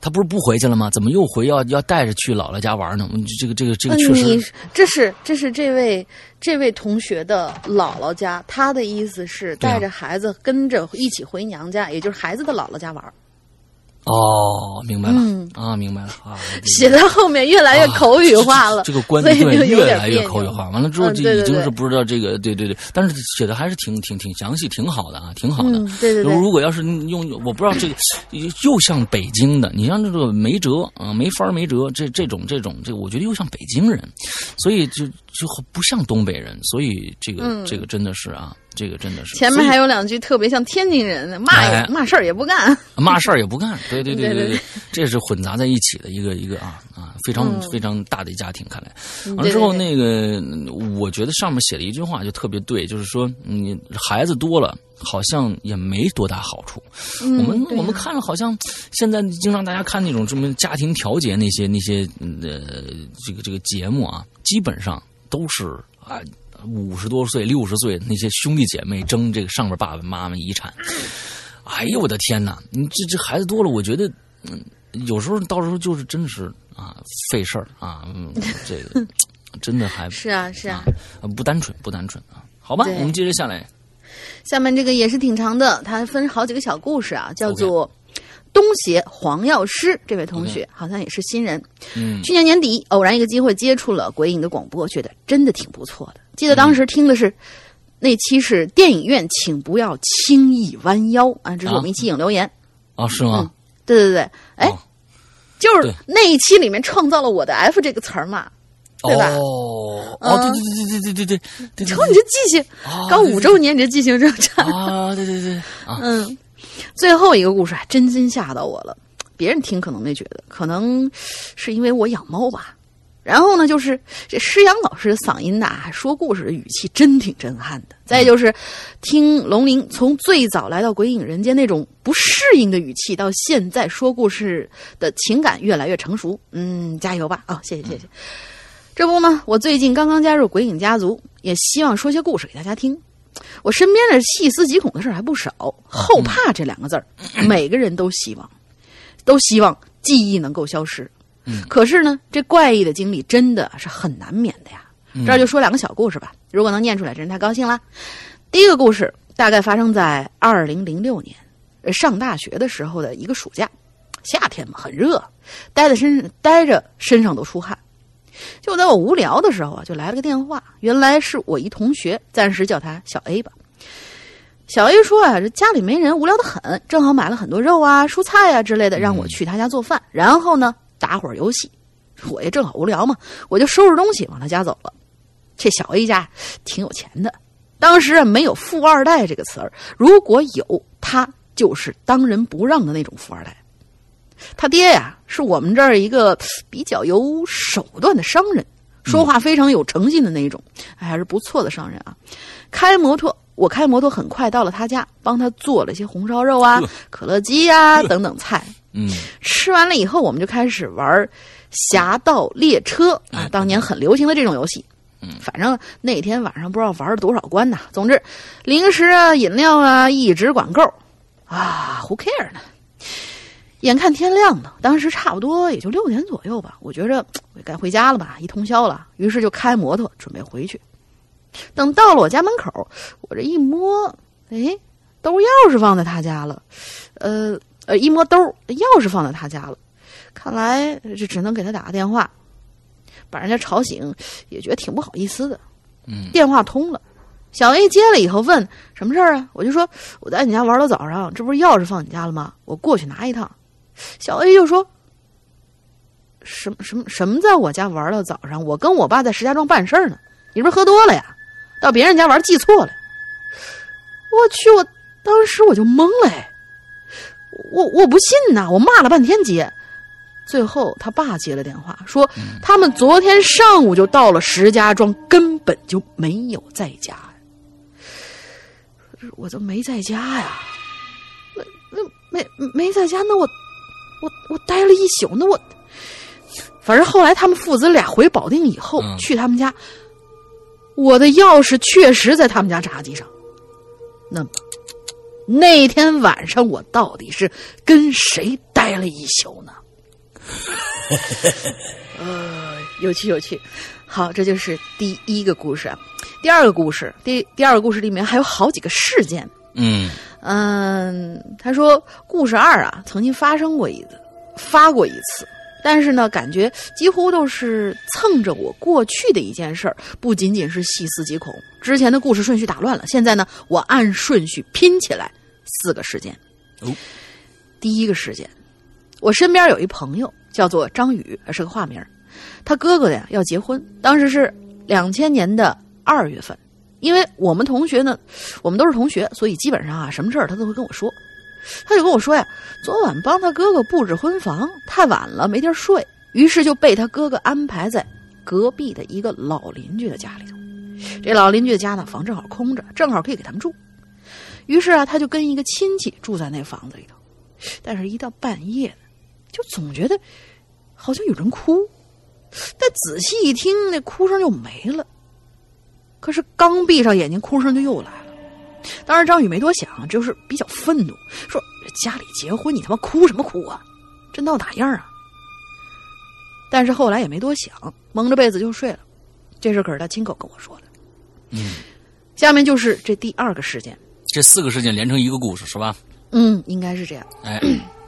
他不是不回去了吗？怎么又回要要带着去姥姥家玩呢？这个这个这个确实， 你这是这是这位这位同学的姥姥家，他的意思是带着孩子跟着一起回娘家，也就是孩子的姥姥家玩。 哦，明白了、 嗯、 啊，明白了啊！ 写到后面越来越口语化了， 啊、这, 这, 这个观对越来越口语化。完了之后， 嗯、 就已经是不知道这个，对对对。但是写的还是挺挺挺详细，挺好的啊，挺好的。 嗯、对对对。 如果要是用，我不知道这个又像北京的，你像这个没辙啊，没法没辙，这这种这种这，我觉得又像北京人，所以就就不像东北人，所以这个、嗯、这个真的是啊。这个真的是前面还有两句特别像天津人，骂也、哎、骂事儿也不干， 骂事儿也不干，对对对对对对，这是混杂在一起的一个一个啊啊，非常、嗯、非常大的一家庭。看来完了之后，那个我觉得上面写了一句话就特别对，就是说你孩子多了，好像也没多大好处。 嗯、 我们我们看了，好像现在经常大家看那种什么家庭调节那些那些呃这个这个节目啊，基本上都是啊。五十多岁、六十岁那些兄弟姐妹争这个上边爸爸妈妈遗产，哎呦我的天哪！你这这孩子多了，我觉得，嗯，有时候到时候就是真的是啊费事儿啊，嗯，这个真的还是啊是啊， 啊不单纯不单纯啊。好吧，我们接着下来， 下面这个也是挺长的，它分好几个小故事啊，叫做。Okay.东协黄药师这位同学、okay. 好像也是新人， 嗯， 去年年底偶然一个机会接触了鬼影的广播，觉得真的挺不错的。记得当时听的是、嗯、那期是电影院，请不要轻易弯腰啊，这是我们一期影留言啊，是吗？ 嗯、对对对，哎、哦，就是那一期里面创造了我的 F 这个词儿嘛，对吧？ 哦，哦，对对对对对对对， 瞅你这记性， 哦、 刚五周年，你这记性真差啊！对对对，啊、 嗯。最后一个故事还真心吓到我了，别人听可能没觉得，可能是因为我养猫吧。然后呢，就是这施阳老师的嗓音呐、啊，说故事的语气真挺震撼的。再就是听龙鳞从最早来到鬼影人间那种不适应的语气，到现在说故事的情感越来越成熟。嗯，加油吧！啊、哦，谢谢谢谢。这不呢，我最近刚刚加入鬼影家族，也希望说些故事给大家听。我身边的细思极恐的事还不少，后怕这两个字儿、嗯，每个人都希望，都希望记忆能够消失。 嗯， 可是呢，这怪异的经历真的是很难免的呀。 嗯、 这儿就说两个小故事吧，如果能念出来，真是太高兴啦。第一个故事大概发生在二零零六年，上大学的时候的一个暑假，夏天嘛，很热，待在身待着身上都出汗。就在我无聊的时候啊，就来了个电话，原来是我一同学，暂时叫他小 A 吧。小 A 说啊，这家里没人，无聊得很，正好买了很多肉啊、蔬菜啊之类的，让我去他家做饭，然后呢打会儿游戏。我也正好无聊嘛，我就收拾东西往他家走了。这小 A 家挺有钱的，当时啊没有富二代这个词儿，如果有，他就是当仁不让的那种富二代。他爹呀，是我们这儿一个比较有手段的商人，说话非常有诚信的那一种，还是不错的商人啊。开摩托，我开摩托很快到了他家，帮他做了些红烧肉啊、可乐鸡啊等等菜。 嗯， 吃完了以后，我们就开始玩侠盗猎车啊，当年很流行的这种游戏。 嗯， 反正那天晚上不知道玩了多少关呐。总之，零食啊、饮料啊一直管够啊 ，Who care 呢？眼看天亮了，当时差不多也就六点左右吧，我觉着我该回家了吧，一通宵了，于是就开摩托准备回去。等到了我家门口，我这一摸，哎，兜钥匙放在他家了，呃呃，一摸兜钥匙放在他家了，看来这只能给他打个电话，把人家吵醒，也觉得挺不好意思的。 嗯， 电话通了，小 A 接了以后问什么事儿啊？我就说我在你家玩到早上，这不是钥匙放你家了吗？我过去拿一趟。小 A 就说什么什么什么在我家玩到早上，我跟我爸在石家庄办事儿呢，你是不是喝多了呀？到别人家玩记错了。我去，我当时我就懵了，我我不信呐，我骂了半天接。最后他爸接了电话，说他们昨天上午就到了石家庄，根本就没有在家。我怎么没在家呀？那没没在家，那我我我待了一宿，那我反正后来他们父子俩回保定以后、嗯、去他们家，我的钥匙确实在他们家茶几上。那么那天晚上我到底是跟谁待了一宿呢？ 呃，有趣有趣。好，这就是第一个故事。第二个故事，第第二个故事里面还有好几个事件。 嗯嗯，他说故事二啊，曾经发生过一次，发过一次。但是呢，感觉几乎都是蹭着我过去的一件事儿，不仅仅是细思极恐。之前的故事顺序打乱了，现在呢，我按顺序拼起来四个事件。 哦， 第一个事件，我身边有一朋友叫做张宇，是个化名。他哥哥呀要结婚，当时是两千年的二月份。因为我们同学呢，我们都是同学，所以基本上啊，什么事儿他都会跟我说。他就跟我说呀，昨晚帮他哥哥布置婚房，太晚了没地儿睡，于是就被他哥哥安排在隔壁的一个老邻居的家里头。这老邻居的家呢，房正好空着，正好可以给他们住。于是啊，他就跟一个亲戚住在那房子里头。但是，一到半夜呢，就总觉得好像有人哭，但仔细一听，那哭声就没了。可是刚闭上眼睛，哭声就又来了。当然，张宇没多想，就是比较愤怒，说：“家里结婚，你他妈哭什么哭啊？这闹哪样啊？”但是后来也没多想，蒙着被子就睡了。这事可是他亲口跟我说的。 嗯， 下面就是这第二个事件。 这四个事件连成一个故事是吧？ 嗯，应该是这样。 哎，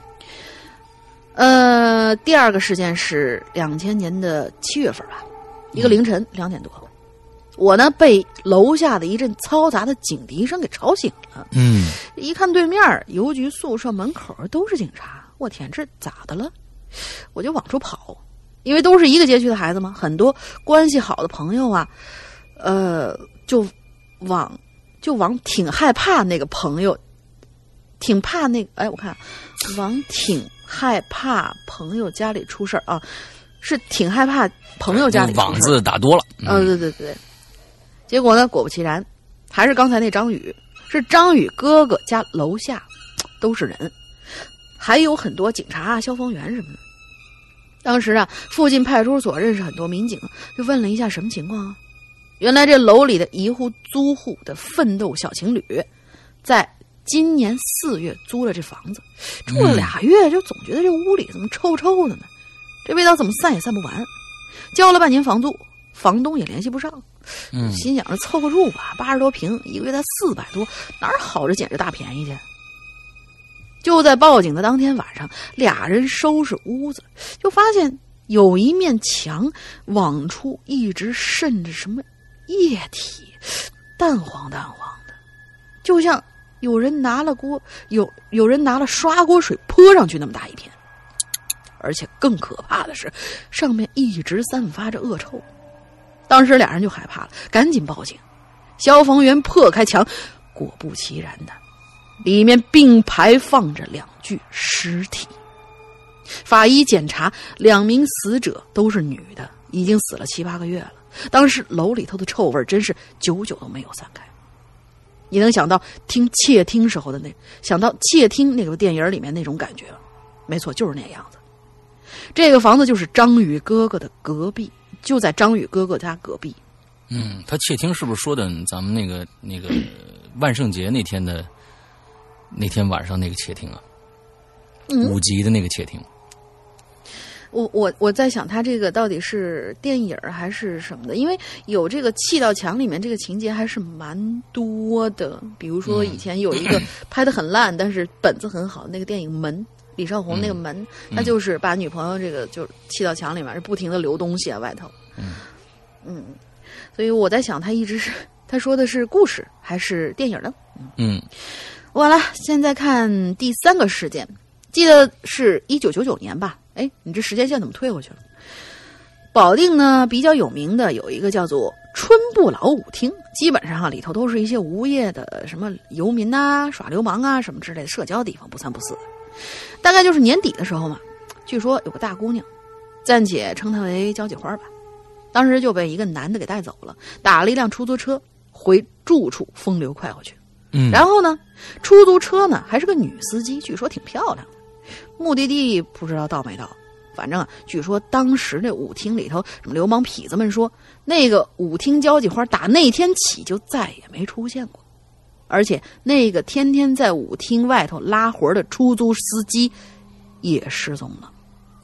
呃，第二个事件是两千年的七月份吧，一个凌晨两点多。我呢被楼下的一阵嘈杂的警笛声给吵醒了。 嗯， 一看对面邮局宿舍门口都是警察，我天，这咋的了？我就往出跑，因为都是一个街区的孩子嘛，很多关系好的朋友啊，呃，就往就往挺害怕那个朋友，挺怕那个，哎，我看往挺害怕朋友家里出事儿啊，是挺害怕朋友家里出事儿。 网字打多了。 嗯、呃，对对对。结果呢，果不其然，还是刚才那张宇，是张宇哥哥家楼下都是人，还有很多警察啊、消防员什么的。当时啊，附近派出所认识很多民警，就问了一下什么情况啊？原来这楼里的一户租户的奋斗小情侣，在今年四月租了这房子，住了俩月，就总觉得这屋里怎么臭臭的呢？这味道怎么散也散不完，交了半年房租，房东也联系不上。 嗯， 心想着凑合住吧，八十多平，一个月才四百多，哪儿好着捡这大便宜去？就在报警的当天晚上，俩人收拾屋子，就发现有一面墙往出一直渗着什么液体，淡黄淡黄的，就像有人拿了锅有有人拿了刷锅水泼上去那么大一片。而且更可怕的是，上面一直散发着恶臭。当时俩人就害怕了，赶紧报警。消防员破开墙，果不其然的，里面并排放着两具尸体。法医检查，两名死者都是女的，已经死了七八个月了。当时楼里头的臭味真是久久都没有散开。你能想到听窃听时候的那，想到窃听那个电影里面那种感觉吗？没错，就是那样子。这个房子就是张宇哥哥的隔壁，就在张宇哥哥家隔壁。 嗯，他窃听是不是说的咱们那个那个万圣节那天的那天晚上那个窃听啊？嗯、五级的那个窃听。 我我我在想，他这个到底是电影还是什么的？因为有这个砌到墙里面这个情节还是蛮多的。比如说以前有一个拍得很烂，嗯、但是本子很好那个电影《门》。李少红那个门，嗯、他就是把女朋友这个就砌到墙里面，是不停的流东西啊外头。嗯嗯，所以我在想，他一直是他说的是故事还是电影呢？嗯嗯， 完了，现在看第三个事件，记得是一九九九年吧？哎，你这时间线怎么退回去了？保定呢比较有名的有一个叫做春不老舞厅，基本上啊里头都是一些无业的什么游民啊、耍流氓啊什么之类的社交地方，不三不四的。大概就是年底的时候嘛，据说有个大姑娘，暂且称她为交际花吧，当时就被一个男的给带走了，打了一辆出租车回住处风流快活去。 嗯， 然后呢，出租车呢还是个女司机，据说挺漂亮的，目的地不知道到没到。反正啊，据说当时那舞厅里头，什么流氓痞子们说，那个舞厅交际花打那天起就再也没出现过。而且那个天天在舞厅外头拉活的出租司机也失踪了，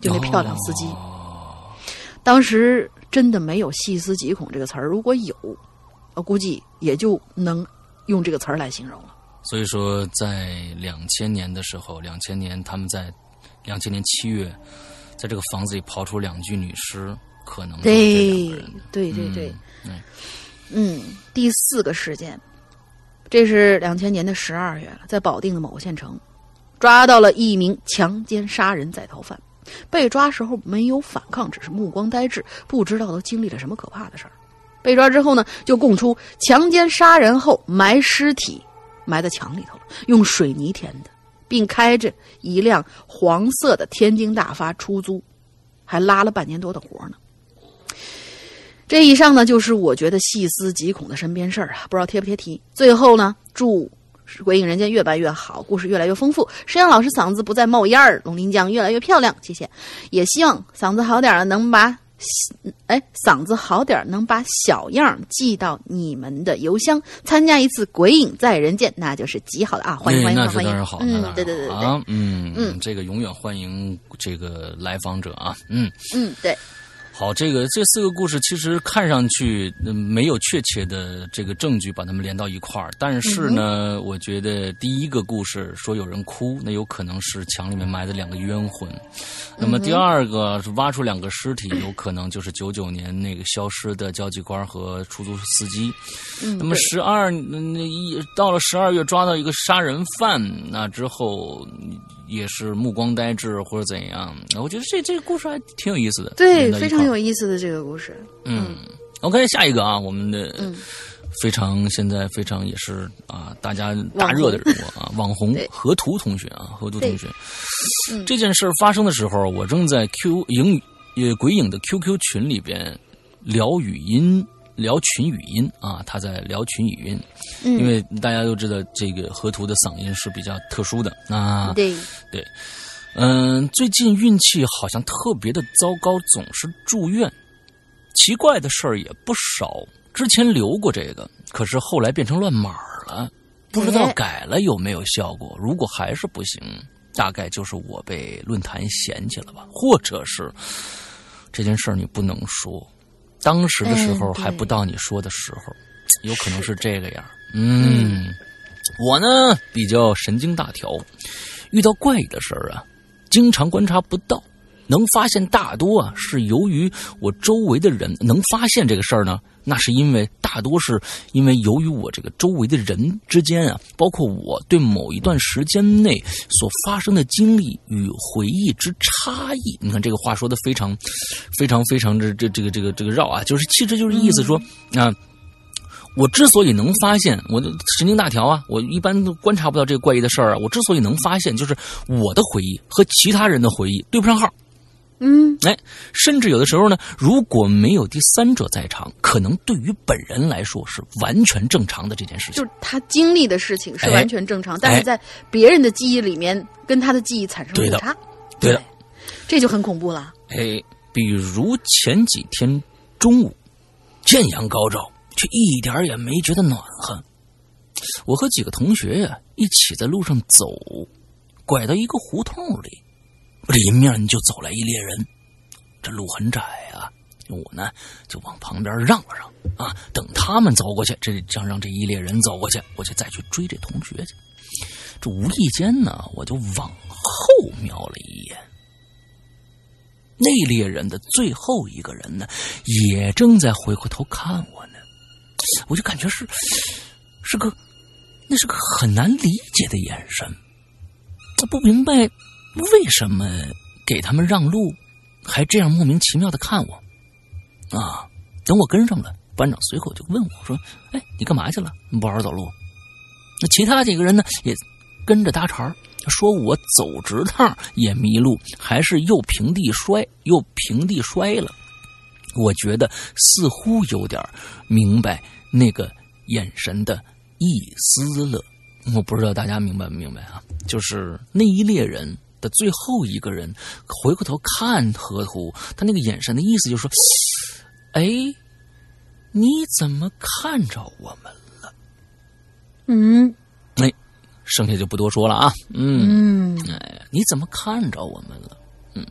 就那漂亮司机。 哦、 当时真的没有细思极恐这个词儿，如果有，我估计也就能用这个词儿来形容了。 所以说，在两千年的时候，两千年他们在两千年七月，在这个房子里刨出两具女尸，可能就是这两个人。 对对对对， 嗯， 嗯，第四个事件，这是两千年的十二月了，在保定的某县城，抓到了一名强奸杀人在逃犯。被抓时候没有反抗，只是目光呆滞，不知道都经历了什么可怕的事儿。被抓之后呢，就供出强奸杀人后埋尸体，埋在墙里头了，用水泥填的，并开着一辆黄色的天津大发出租，还拉了半年多的活呢。这以上呢，就是我觉得细思极恐的身边事儿啊，不知道贴不贴题。最后呢，祝鬼影人间越办越好，故事越来越丰富，石阳老师嗓子不再冒烟儿，龙鳞酱越来越漂亮，谢谢。也希望嗓子好点了，能把哎嗓子好点能把小样寄到你们的邮箱，参加一次鬼影在人间，那就是极好的啊！欢迎欢迎欢迎！ 那是当然好， 嗯，对对对对对， 嗯嗯， 这个永远欢迎这个来访者啊，嗯嗯，对。 好，这个这四个故事其实看上去、呃、没有确切的这个证据把它们连到一块儿，但是呢、嗯，我觉得第一个故事说有人哭，那有可能是墙里面埋的两个冤魂。那么第二个是挖出两个尸体，有可能就是九九年那个消失的交际官和出租司机。 嗯， 那么十二那一到了十二月抓到一个杀人犯，那之后也是目光呆滞或者怎样。我觉得这这个故事还挺有意思的， 对，非常有意思的这个故事。 嗯, 嗯 ，OK， 下一个啊，我们的嗯非常现在非常也是啊大家大热的人物啊，网红河图同学啊，河图同学。嗯，这件事发生的时候，我正在 Q 影呃鬼影的 Q Q 群里边聊语音。聊群语音啊，他在聊群语音， 嗯、 因为大家都知道这个河图的嗓音是比较特殊的啊。 对对，嗯，最近运气好像特别的糟糕，总是住院，奇怪的事儿也不少。之前留过这个，可是后来变成乱码了，不知道改了有没有效果。如果还是不行，大概就是我被论坛嫌弃了吧，或者是这件事儿你不能说。当时的时候还不到你说的时候，嗯、有可能是这个样。嗯，我呢比较神经大条，遇到怪异的事儿啊，经常观察不到，能发现大多啊是由于我周围的人能发现这个事儿呢，那是因为大多是因为由于我这个周围的人之间啊，包括我对某一段时间内所发生的经历与回忆之差异。你看这个话说的非常非常非常这这这个这个这个绕啊，就是其实就是意思说啊、呃，我之所以能发现，我的神经大条啊，我一般都观察不到这个怪异的事儿啊，我之所以能发现，就是我的回忆和其他人的回忆对不上号。 嗯， 哎，甚至有的时候呢，如果没有第三者在场，可能对于本人来说是完全正常的这件事情。 就是他经历的事情是完全正常，哎、但是在别人的记忆里面，跟他的记忆产生误差。 对的，对， 这就很恐怖了。 哎，比如前几天中午，艳阳高照，却一点也没觉得暖和。我和几个同学呀、啊、一起在路上走，拐到一个胡同里。里面就走来一列人，这路很窄啊，我呢就往旁边让了让啊，等他们走过去，这让让这一列人走过去，我就再去追这同学去。这无意间呢，我就往后瞄了一眼，那列人的最后一个人呢，也正在回过头看我呢，我就感觉是是个那是个很难理解的眼神，我不明白。为什么给他们让路，还这样莫名其妙的看我？啊！等我跟上了，班长随后就问我说：“哎，你干嘛去了？你不好好走路？”那其他几个人呢，也跟着搭茬，说我走直趟也迷路，还是又平地摔，又平地摔了。我觉得似乎有点明白那个眼神的意思了。我不知道大家明白不明白啊？就是那一列人。的最后一个人回过头看河图，他那个眼神的意思就是说：“哎，你怎么看着我们了？” 嗯， 哎，剩下就不多说了啊。嗯，哎，你怎么看着我们了？嗯，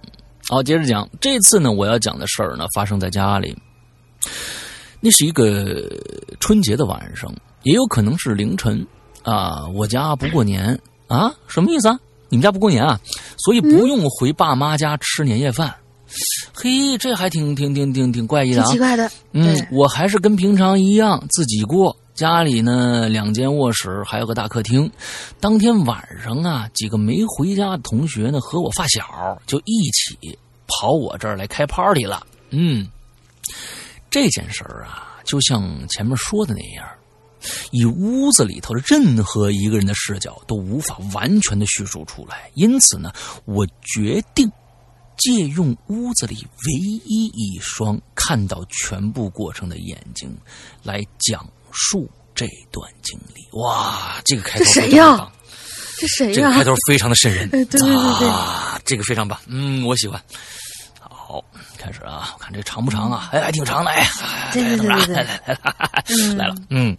好，接着讲。这次呢，我要讲的事儿呢，发生在家里。那是一个春节的晚上，也有可能是凌晨啊。我家不过年啊，什么意思啊？你们家不过年啊？所以不用回爸妈家吃年夜饭。嗯、嘿，这还挺挺挺挺挺怪异的啊， 挺奇怪的。 嗯，我还是跟平常一样自己过。家里呢，两间卧室，还有个大客厅。当天晚上啊，几个没回家的同学呢，和我发小就一起跑我这儿来开 party 了。嗯，这件事儿啊，就像前面说的那样，以屋子里头的任何一个人的视角都无法完全的叙述出来。因此呢，我决定借用屋子里唯一一双看到全部过程的眼睛来讲述这段经历。哇，这个开头非常棒！ 这谁呀？ 这个开头非常的瘆人。 对对对对啊，这个非常棒。嗯，我喜欢。好，开始啊，我看这长不长啊？哎，还挺长的。哎， 对对对对对， 来来来来来了。嗯，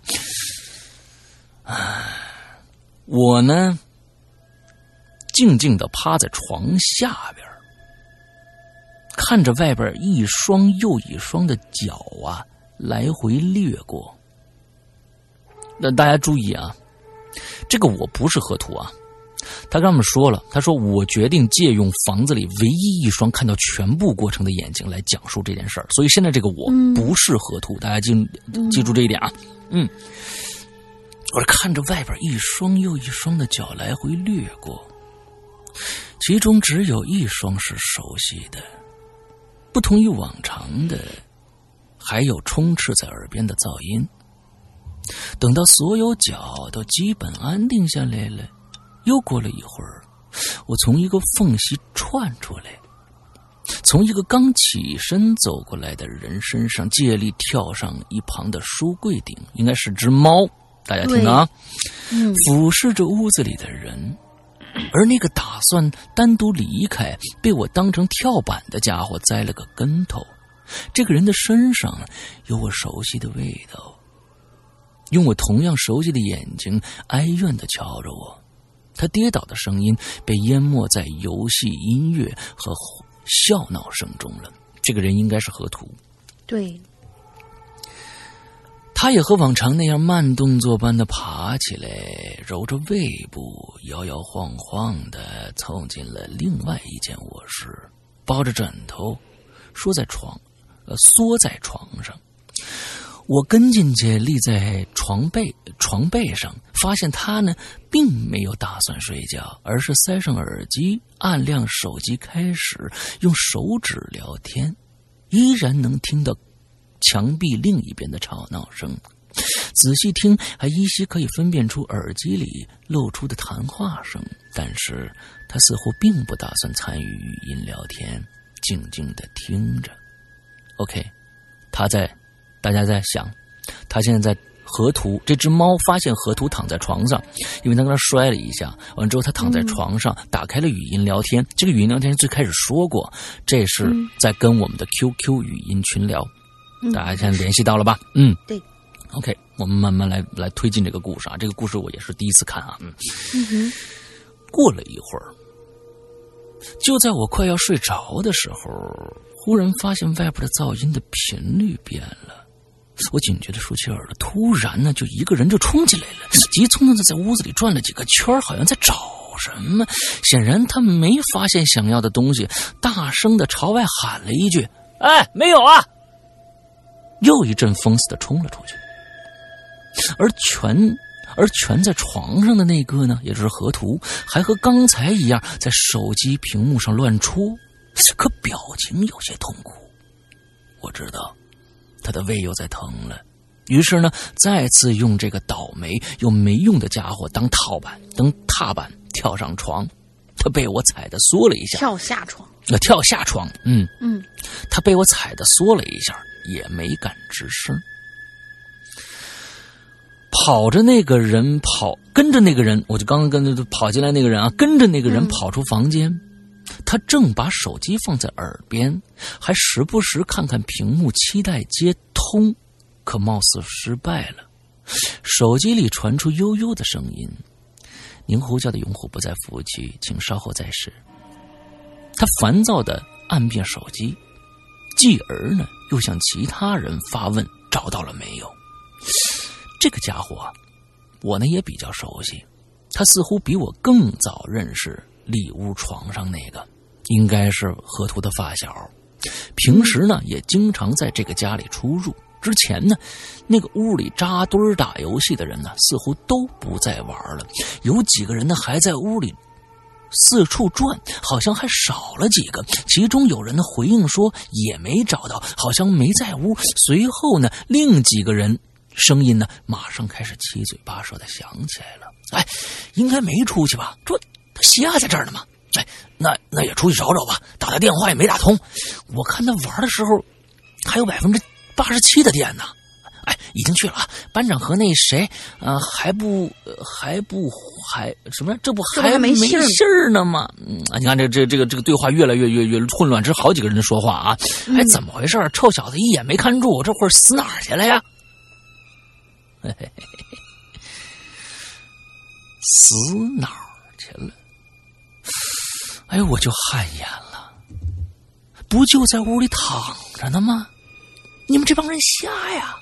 我呢，静静地趴在床下边，看着外边一双又一双的脚啊来回掠过。那大家注意啊，这个我不是河图啊，他跟我们说了，他说我决定借用房子里唯一一双看到全部过程的眼睛来讲述这件事儿，所以现在这个我不是河图，嗯、大家记记住这一点啊。嗯，我是看着外边一双又一双的脚来回掠过，其中只有一双是熟悉的，不同于往常的，还有充斥在耳边的噪音。等到所有脚都基本安定下来了，又过了一会儿，我从一个缝隙窜出来，从一个刚起身走过来的人身上借力跳上一旁的书柜顶，应该是只猫，大家听啊，嗯、俯视着屋子里的人，而那个打算单独离开被我当成跳板的家伙栽了个跟头。这个人的身上有我熟悉的味道，用我同样熟悉的眼睛哀怨地瞧着我。他跌倒的声音被淹没在游戏音乐和笑闹声中了。这个人应该是河图。 对， 他也和往常那样慢动作般的爬起来，揉着胃部，摇摇晃晃的凑进了另外一间卧室，抱着枕头缩在床呃缩在床上。我跟进去，立在床背床背上，发现他呢并没有打算睡觉，而是塞上耳机，按亮手机，开始用手指聊天，依然能听到墙壁另一边的吵闹声。仔细听，还依稀可以分辨出耳机里露出的谈话声，但是他似乎并不打算参与语音聊天，静静地听着。 OK， 他在大家在想，他现在在河图，这只猫发现河图躺在床上，因为他跟他摔了一下，完之后他躺在床上，嗯、打开了语音聊天。这个语音聊天最开始说过，这是在跟我们的 Q Q 语音群聊，嗯、大家现在联系到了吧？嗯， 对。 OK， 我们慢慢来来推进这个故事啊。这个故事我也是第一次看啊。嗯， 嗯哼。 过了一会儿，就在我快要睡着的时候，忽然发现外边的噪音的频率变了。我警觉地竖起耳朵，突然呢，就一个人就冲进来了，急匆匆地在屋子里转了几个圈，好像在找什么。显然他没发现想要的东西，大声地朝外喊了一句：“哎，没有啊！”又一阵疯似的冲了出去。而全而全在床上的那个呢，也就是河图，还和刚才一样在手机屏幕上乱戳，可表情有些痛苦。我知道他的胃又在疼了，于是呢，再次用这个倒霉又没用的家伙当踏板，当踏板跳上床。他被我踩得缩了一下， 跳下床， 呃，跳下床，嗯嗯， 他被我踩得缩了一下，也没敢吱声。跑着那个人跑，跟着那个人，我就刚刚跟着跑进来那个人啊，跟着那个人跑出房间。嗯，他正把手机放在耳边，还时不时看看屏幕，期待接通，可貌似失败了。手机里传出悠悠的声音：“您呼叫的用户不在服务区，请稍后再试。”他烦躁地按遍手机，继而呢又向其他人发问找到了没有。这个家伙我呢也比较熟悉，他似乎比我更早认识里屋床上那个，应该是河图的发小，平时呢也经常在这个家里出入。之前呢那个屋里扎堆打游戏的人呢似乎都不再玩了，有几个人呢还在屋里四处转，好像还少了几个。其中有人呢回应说也没找到，好像没在屋。随后呢另几个人声音呢马上开始七嘴八舌的响起来了。哎，应该没出去吧？这他瞎在这儿呢吗？哎，那那也出去找找吧。打他电话也没打通，我看他玩的时候还有百分之八十七的电呢。哎，已经去了啊！班长和那谁，呃，还不、呃、还不还什么？这不还还没信儿呢吗？嗯，你看这这这个这个对话越来越越越混乱，这是好几个人说话啊！ 嗯、 哎，怎么回事？臭小子一眼没看住，这会儿死哪儿去了呀？嘿嘿嘿嘿，死哪儿去了？哎，我就汗颜了，不就在屋里躺着呢吗？你们这帮人瞎呀！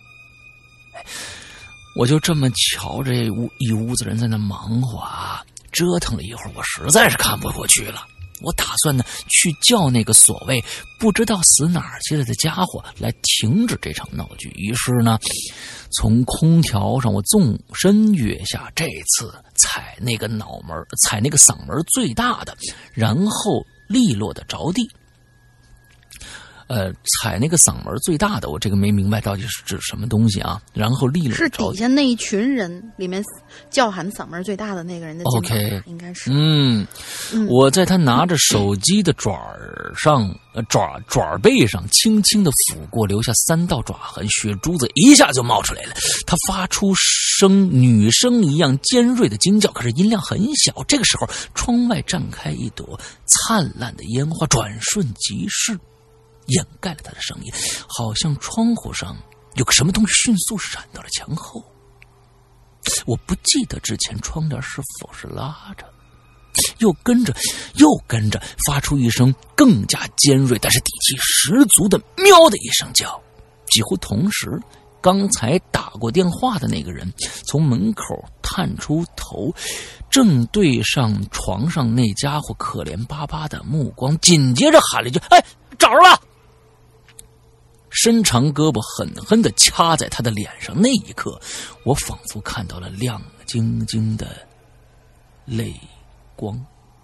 我就这么瞧着一屋一屋子人在那忙活啊，折腾了一会儿，我实在是看不过去了。我打算呢去叫那个所谓不知道死哪儿去了的家伙来停止这场闹剧。于是呢，从空调上我纵身跃下，这次踩那个脑门，踩那个嗓门最大的，然后利落的着地。呃，踩那个嗓门最大的，我这个没明白到底是指什么东西啊。然后立了是底下那一群人里面叫喊嗓门最大的那个人的肩膀 ，OK， 应该是。 嗯，嗯我在他拿着手机的爪上，呃爪爪背上轻轻的抚过，留下三道爪痕，血珠子一下就冒出来了。他发出声女生一样尖锐的惊叫，可是音量很小。这个时候，窗外绽开一朵灿烂的烟花，转瞬即逝。掩盖了他的声音，好像窗户上有个什么东西迅速闪到了墙后。我不记得之前窗帘是否是拉着，又跟着又跟着发出一声更加尖锐但是底气十足的喵的一声叫。几乎同时，刚才打过电话的那个人从门口探出头，正对上床上那家伙可怜巴巴的目光，紧接着喊了一句：“哎，找着了！”伸长胳膊狠狠地掐在他的脸上，那一刻我仿佛看到了亮晶晶的泪光。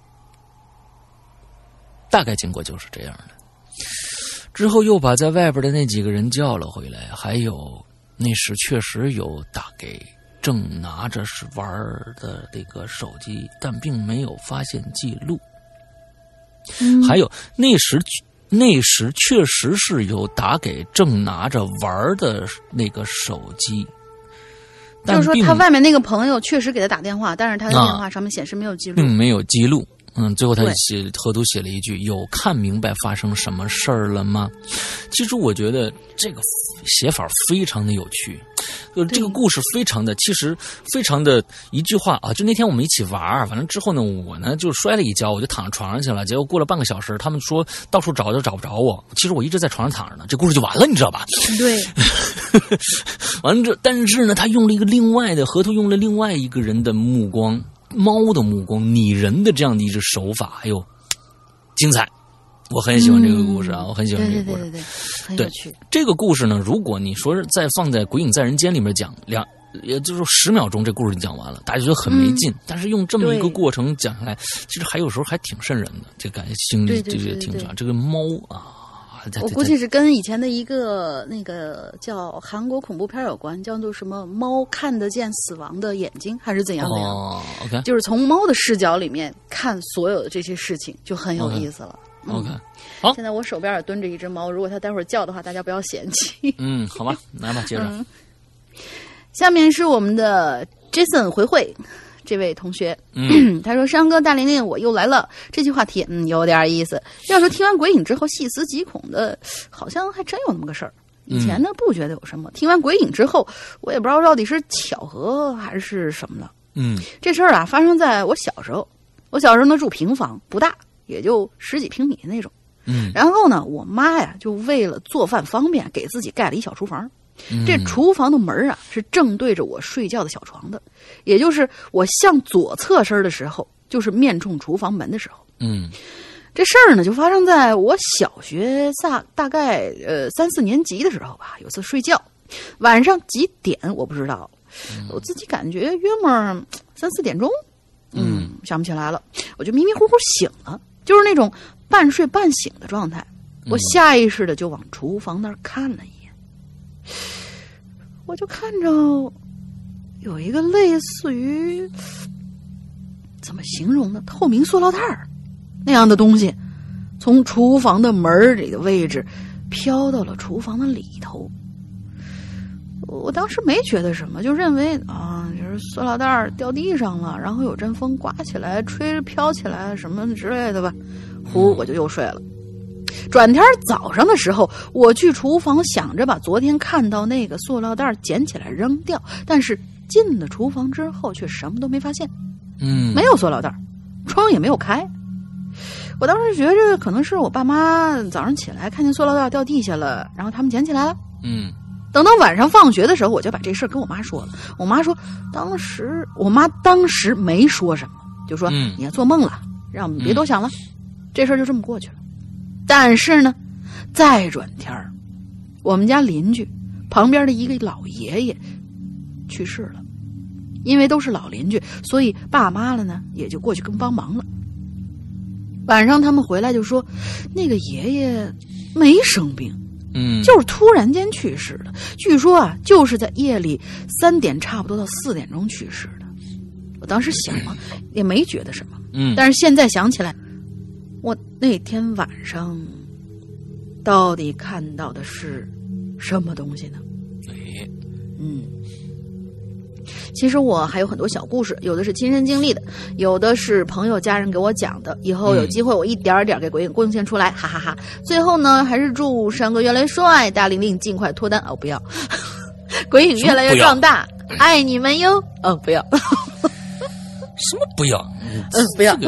大概经过就是这样的。之后又把在外边的那几个人叫了回来，还有那时确实有打给正拿着是玩的那个手机，但并没有发现记录。嗯、还有那时那时确实是有打给正拿着玩的那个手机， 就是说他外面那个朋友确实给他打电话，但是他的电话上面显示没有记录， 并、啊、没有记录。嗯，最后他写河图写了一句：“有看明白发生什么事儿了吗？”其实我觉得这个写法非常的有趣，就这个故事非常的，其实非常的一句话啊。就那天我们一起玩，反正之后呢，我呢就摔了一跤，我就躺床上去了。结果过了半个小时，他们说到处找都找不着我。其实我一直在床上躺着呢，这故事就完了，你知道吧？ 对。 完了这，但是呢，他用了一个另外的河图，用了另外一个人的目光。猫的目光，拟人的这样的一只手法，哎呦，精彩！我很喜欢这个故事啊，嗯、我很喜欢这个故事， 对对对对，很有趣。 这个故事呢，如果你说是再放在《鬼影在人间》里面讲，两也就是说十秒钟这故事就讲完了，大家觉得很没劲。嗯、但是用这么一个过程讲下来，其实还有时候还挺瘆人的，这感觉心里这个挺长。这个猫啊。 我估计是跟以前的一个那个叫韩国恐怖片有关，叫做什么猫看得见死亡的眼睛还是怎样的呀、 哦 OK 就是从猫的视角里面看所有的这些事情，就很有意思了。 OK， 嗯、 好， 现在我手边也蹲着一只猫，如果它待会儿叫的话，大家不要嫌弃。 嗯，好吧，来吧，接着、 嗯、下面是我们的 Jason 回会这位同学，嗯，他说：“山哥大玲玲，我又来了。”这句话题，嗯，有点意思。要说听完鬼影之后细思极恐的，好像还真有那么个事儿。以前呢不觉得有什么，听完鬼影之后，我也不知道到底是巧合还是什么了。 嗯， 这事儿啊，发生在我小时候。我小时候呢住平房，不大，也就十几平米那种。 嗯， 然后呢，我妈呀就为了做饭方便，给自己盖了一小厨房。 嗯、 这厨房的门啊是正对着我睡觉的小床的，也就是我向左侧身的时候，就是面冲厨房门的时候。 嗯， 这事儿呢就发生在我小学大大概呃三四年级的时候吧。有次睡觉，晚上几点我不知道，嗯、我自己感觉约莫三四点钟，嗯，想不起来了，我就迷迷糊糊醒了，就是那种半睡半醒的状态。我下意识的就往厨房那儿看了一眼。我就看着有一个类似于怎么形容呢，透明塑料袋那样的东西从厨房的门里的位置飘到了厨房的里头。我当时没觉得什么，就认为啊，就是塑料袋掉地上了，然后有阵风刮起来吹着飘起来什么之类的吧，呼我就又睡了。转天早上的时候，我去厨房想着把昨天看到那个塑料袋捡起来扔掉，但是进了厨房之后却什么都没发现。 嗯， 没有塑料袋，窗也没有开。我当时觉着可能是我爸妈早上起来看见塑料袋掉地下了，然后他们捡起来了。 嗯， 等到晚上放学的时候，我就把这事儿跟我妈说了。我妈说，当时我妈当时没说什么，就说、嗯、你要做梦了，让我们别多想了。嗯、这事儿就这么过去了。但是呢，再转天儿，我们家邻居旁边的一个老爷爷去世了。因为都是老邻居，所以爸妈了呢也就过去跟帮忙了。晚上他们回来就说，那个爷爷没生病， 嗯， 就是突然间去世的。据说啊，就是在夜里三点差不多到四点钟去世的。我当时想啊，也没觉得什么， 嗯， 但是现在想起来，我那天晚上到底看到的是什么东西呢？ 哎， 嗯。其实我还有很多小故事，有的是亲身经历的，有的是朋友家人给我讲的。以后有机会我一点一点给鬼影贡献出来，哈哈哈哈！最后呢，还是祝山哥越来越帅，大玲玲尽快脱单哦，不要，鬼影越来越壮大，爱你们哟哦，不要， 什么不要？ 嗯，不要，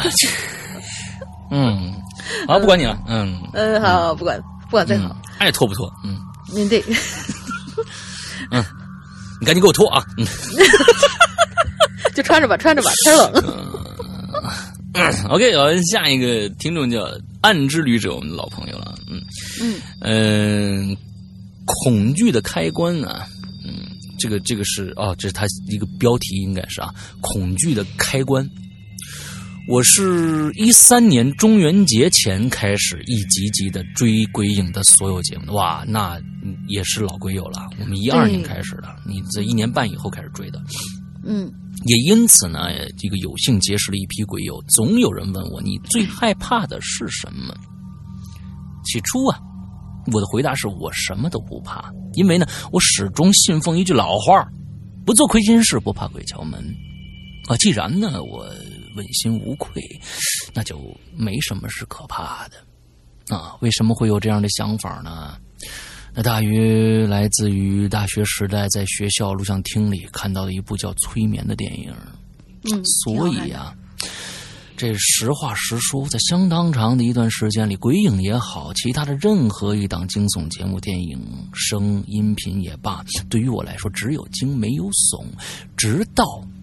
嗯，好，不管你了，嗯， 呃，好，不管不管再好， 爱脱不脱，嗯， 您对， 嗯。你赶紧给我脱啊！嗯、 就穿着吧，穿着吧，天冷。 嗯、OK， 好，下一个听众叫暗之旅者，我们的老朋友了。嗯嗯嗯、呃，恐惧的开关啊，嗯，这个这个是哦，这是他一个标题，应该是啊，恐惧的开关。我是一三年中元节前开始一集集的追鬼影的所有节目的，哇，那也是老鬼友了。我们一二年开始的，你这一年半以后开始追的， 嗯， 也因此呢，这个有幸结识了一批鬼友。总有人问我，你最害怕的是什么？起初啊，我的回答是我什么都不怕，因为呢，我始终信奉一句老话：不做亏心事，不怕鬼敲门。啊，既然呢，我问心无愧，那就没什么是可怕的啊。为什么会有这样的想法呢？那大约来自于大学时代在学校录像厅里看到的一部叫《催眠》的电影。 嗯， 所以啊，这实话实说，在相当长的一段时间里，鬼影也好，其他的任何一档惊悚节目、电影、声音频也罢，对于我来说只有惊没有悚，直到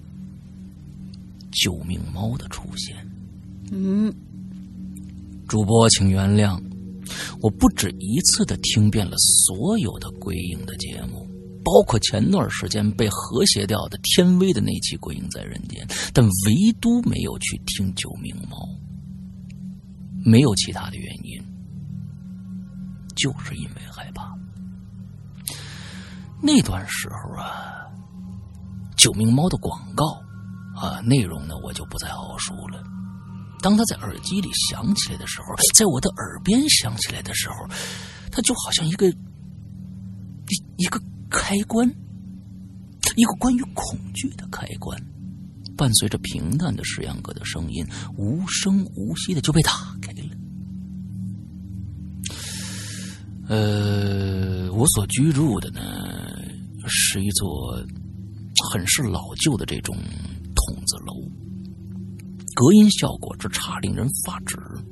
救命猫的出现。 嗯， 主播请原谅，我不止一次的听遍了所有的鬼影的节目，包括前段时间被和谐掉的天威的那期《鬼影在人间》，但唯独没有去听救命猫。没有其他的原因，就是因为害怕。那段时候啊，救命猫的广告啊，内容呢我就不再好说了。当它在耳机里响起来的时候，在我的耳边响起来的时候，它就好像一个一一个开关，一个关于恐惧的开关，伴随着平淡的石阳哥的声音，无声无息的就被打开了。呃，我所居住的呢，是一座很是老旧的这种筒子楼，隔音效果之差令人发指。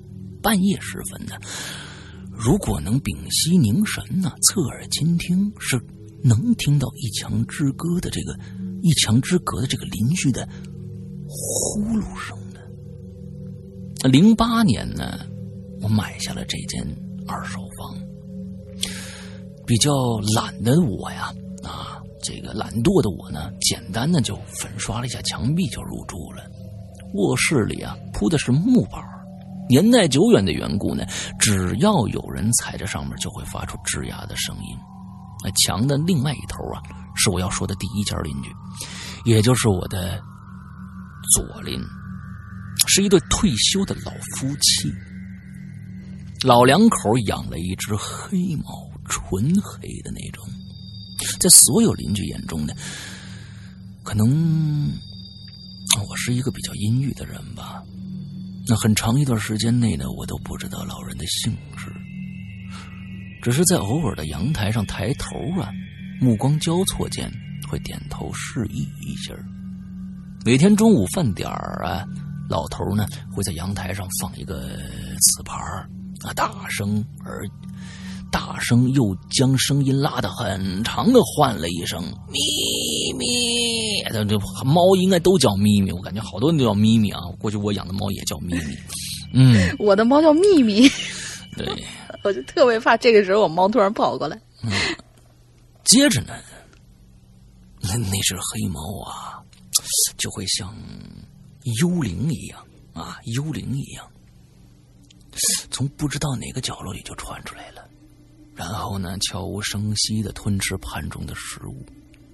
半夜时分呢，如果能屏息凝神呢，侧耳倾听，是能听到一墙之隔的这个一墙之隔的这个邻居的呼噜声的。零八年呢，我买下了这间二手房。比较懒的我呀，啊，这个懒惰的我呢，简单的就粉刷了一下墙壁就入住了。卧室里啊铺的是木板，年代久远的缘故呢，只要有人踩着上面就会发出吱呀的声音。那墙的另外一头啊，是我要说的第一家邻居，也就是我的左邻，是一对退休的老夫妻。老两口养了一只黑猫，纯黑的那种，在所有邻居眼中呢，可能我是一个比较阴郁的人吧。那很长一段时间内呢，我都不知道老人的姓氏，只是在偶尔的阳台上抬头啊，目光交错间会点头示意一下。每天中午饭点儿啊，老头呢会在阳台上放一个瓷盘啊，大声而大声又将声音拉得很长的唤了一声咪咪，这猫应该都叫咪咪，我感觉好多人都叫咪咪啊。过去我养的猫也叫咪咪，嗯， 我的猫叫秘密。 对， 我就特别怕这个时候我猫突然跑过来。 嗯，接着呢，那那只黑猫啊，就会像幽灵一样啊，幽灵一样，从不知道哪个角落里就窜出来了。然后呢，悄无声息地吞吃盘中的食物。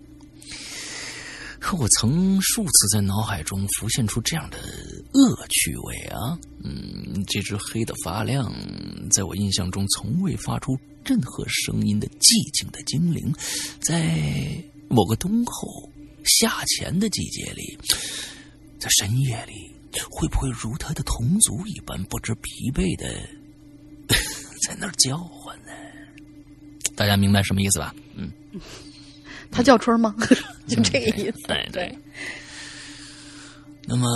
可我曾数次在脑海中浮现出这样的恶趣味啊，嗯，这只黑得发亮，在我印象中从未发出任何声音的寂静的精灵，在某个冬后夏前的季节里，在深夜里，会不会如他的同族一般不知疲惫的在那儿叫唤呢？大家明白什么意思吧？嗯， 他叫春吗？就这个意思。 对对。对，那么，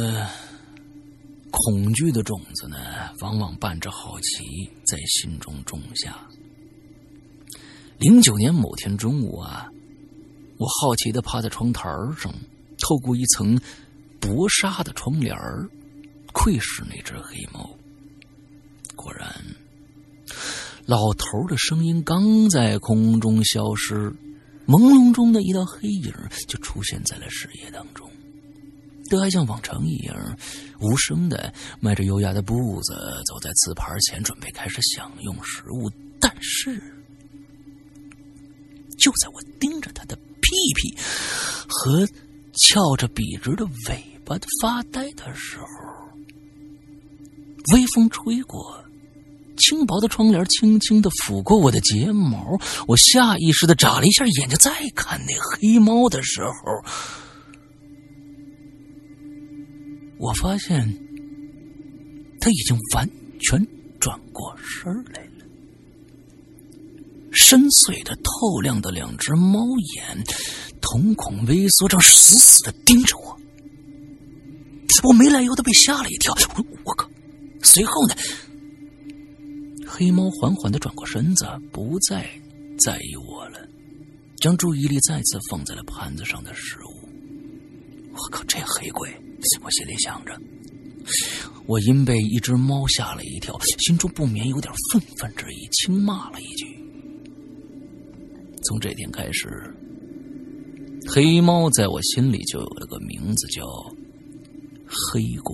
恐惧的种子呢，往往伴着好奇在心中种下。零九年某天中午啊，我好奇地趴在窗台上，透过一层薄纱的窗帘儿，窥视那只黑猫。果然，老头的声音刚在空中消失，朦胧中的一道黑影就出现在了视野当中。他还像往常一样，无声的迈着优雅的步子走在瓷盘前，准备开始享用食物。但是，就在我盯着他的屁屁和翘着笔直的尾巴的发呆的时候，微风吹过，轻薄的窗帘轻轻地抚过我的睫毛，我下意识地眨了一下眼睛，再看那黑猫的时候，我发现他已经完全转过身来了，深邃的透亮的两只猫眼瞳孔微缩，正死死地盯着我。我没来由的被吓了一跳，我我靠！随后呢，黑猫缓缓地转过身子，不再在意我了，将注意力再次放在了盘子上的食物。我靠，这黑鬼！我心里想着，我因被一只猫吓了一跳，心中不免有点愤愤之意，轻骂了一句。从这天开始，黑猫在我心里就有了个名字，叫黑鬼。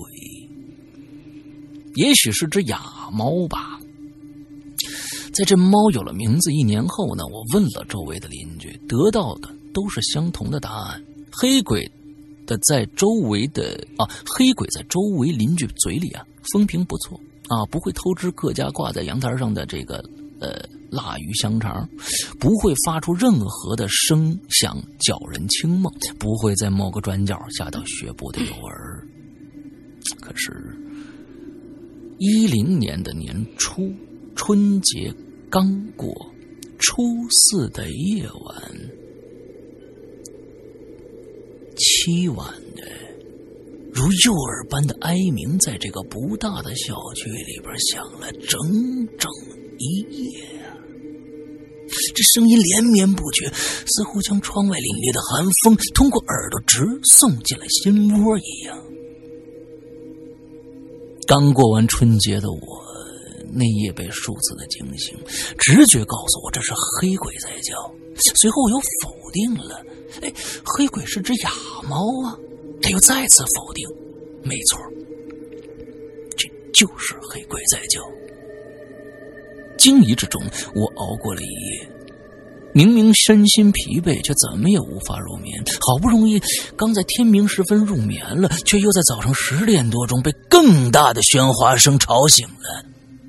也许是只哑猫吧。在这猫有了名字一年后呢，我问了周围的邻居，得到的都是相同的答案。黑鬼的在周围的啊，黑鬼在周围邻居嘴里啊，风评不错啊，不会偷吃各家挂在阳台上的这个呃腊鱼香肠，不会发出任何的声响搅人清梦，不会在某个转角吓到学步的幼儿。可是，一零年的年初，春节刚过，初四的夜晚，凄晚的如诱饵般的哀鸣在这个不大的小区里边响了整整一夜啊！这声音连绵不绝，似乎将窗外凛冽的寒风通过耳朵直送进了心窝一样。刚过完春节的我，那夜被数次的惊醒，直觉告诉我这是黑鬼在叫，随后我又否定了，哎，黑鬼是只哑猫啊！他又再次否定，没错，这就是黑鬼在叫。惊疑之中，我熬过了一夜，明明身心疲惫，却怎么也无法入眠。好不容易刚在天明时分入眠了，却又在早上十点多钟被更大的喧哗声吵醒了。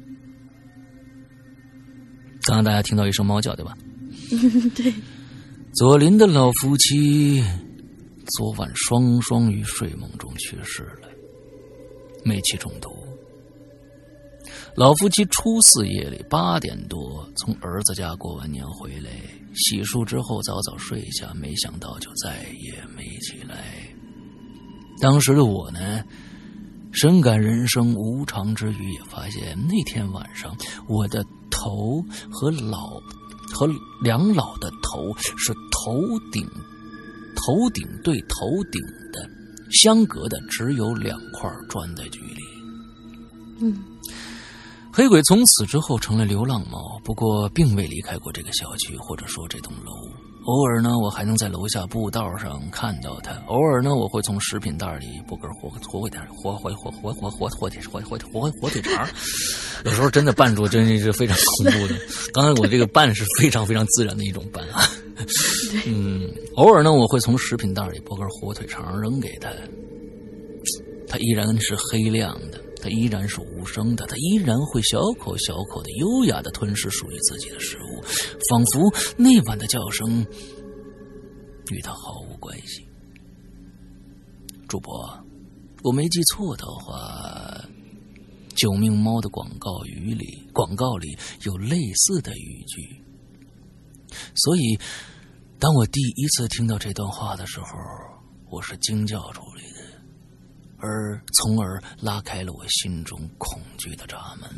刚刚大家听到一声猫叫，对吧？ 对。 左邻的老夫妻昨晚双双于睡梦中去世了，煤气中毒。老夫妻初四夜里八点多从儿子家过完年回来，洗漱之后早早睡下，没想到就再也没起来。当时的我呢，深感人生无常之余，也发现那天晚上我的头和老和两老的头是头顶头顶对头顶的，相隔的只有两块砖的距离。 嗯， 黑鬼从此之后成了流浪猫，不过并未离开过这个小区或者说这栋楼。偶尔呢，我还能在楼下步道上看到它；偶尔呢，我会从食品袋里拨根火火腿肠，火火火火火火火腿火火火火腿肠。有时候真的拌住真是非常恐怖的。刚才我这个拌是非常非常自然的一种拌啊。嗯，偶尔呢，我会从食品袋里拨根火腿肠扔给它，它依然是黑亮的。它依然是无声的，它依然会小口小口的优雅的吞噬属于自己的食物，仿佛那晚的叫声与它毫无关系。主播，我没记错的话，救命猫的广告语里广告里有类似的语句，所以当我第一次听到这段话的时候，我是惊叫出来的，而从而拉开了我心中恐惧的闸门。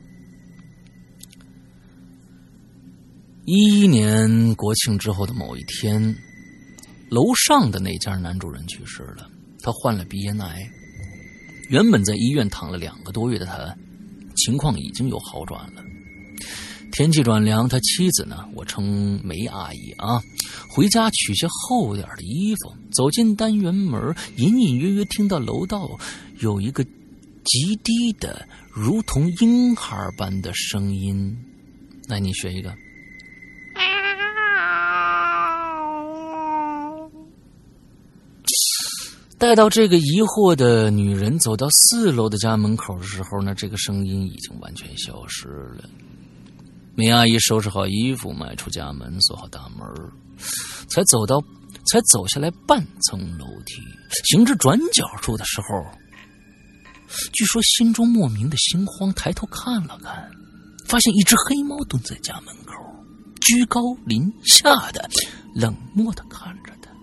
一一年国庆之后的某一天，楼上的那家男主人去世了，他患了鼻咽癌。原本在医院躺了两个多月的他，情况已经有好转了。天气转凉，他妻子呢，我称梅阿姨啊，回家取些厚点的衣服，走进单元门，隐隐约约听到楼道有一个极低的如同婴孩般的声音。来，你学一个。待到这个疑惑的女人走到四楼的家门口的时候呢，这个声音已经完全消失了。梅阿姨收拾好衣服，迈出家门，锁好大门，才走到，才走下来半层楼梯，行至转角处的时候，据说心中莫名的心慌，抬头看了看，发现一只黑猫蹲在家门口，居高临下的冷漠地看着他。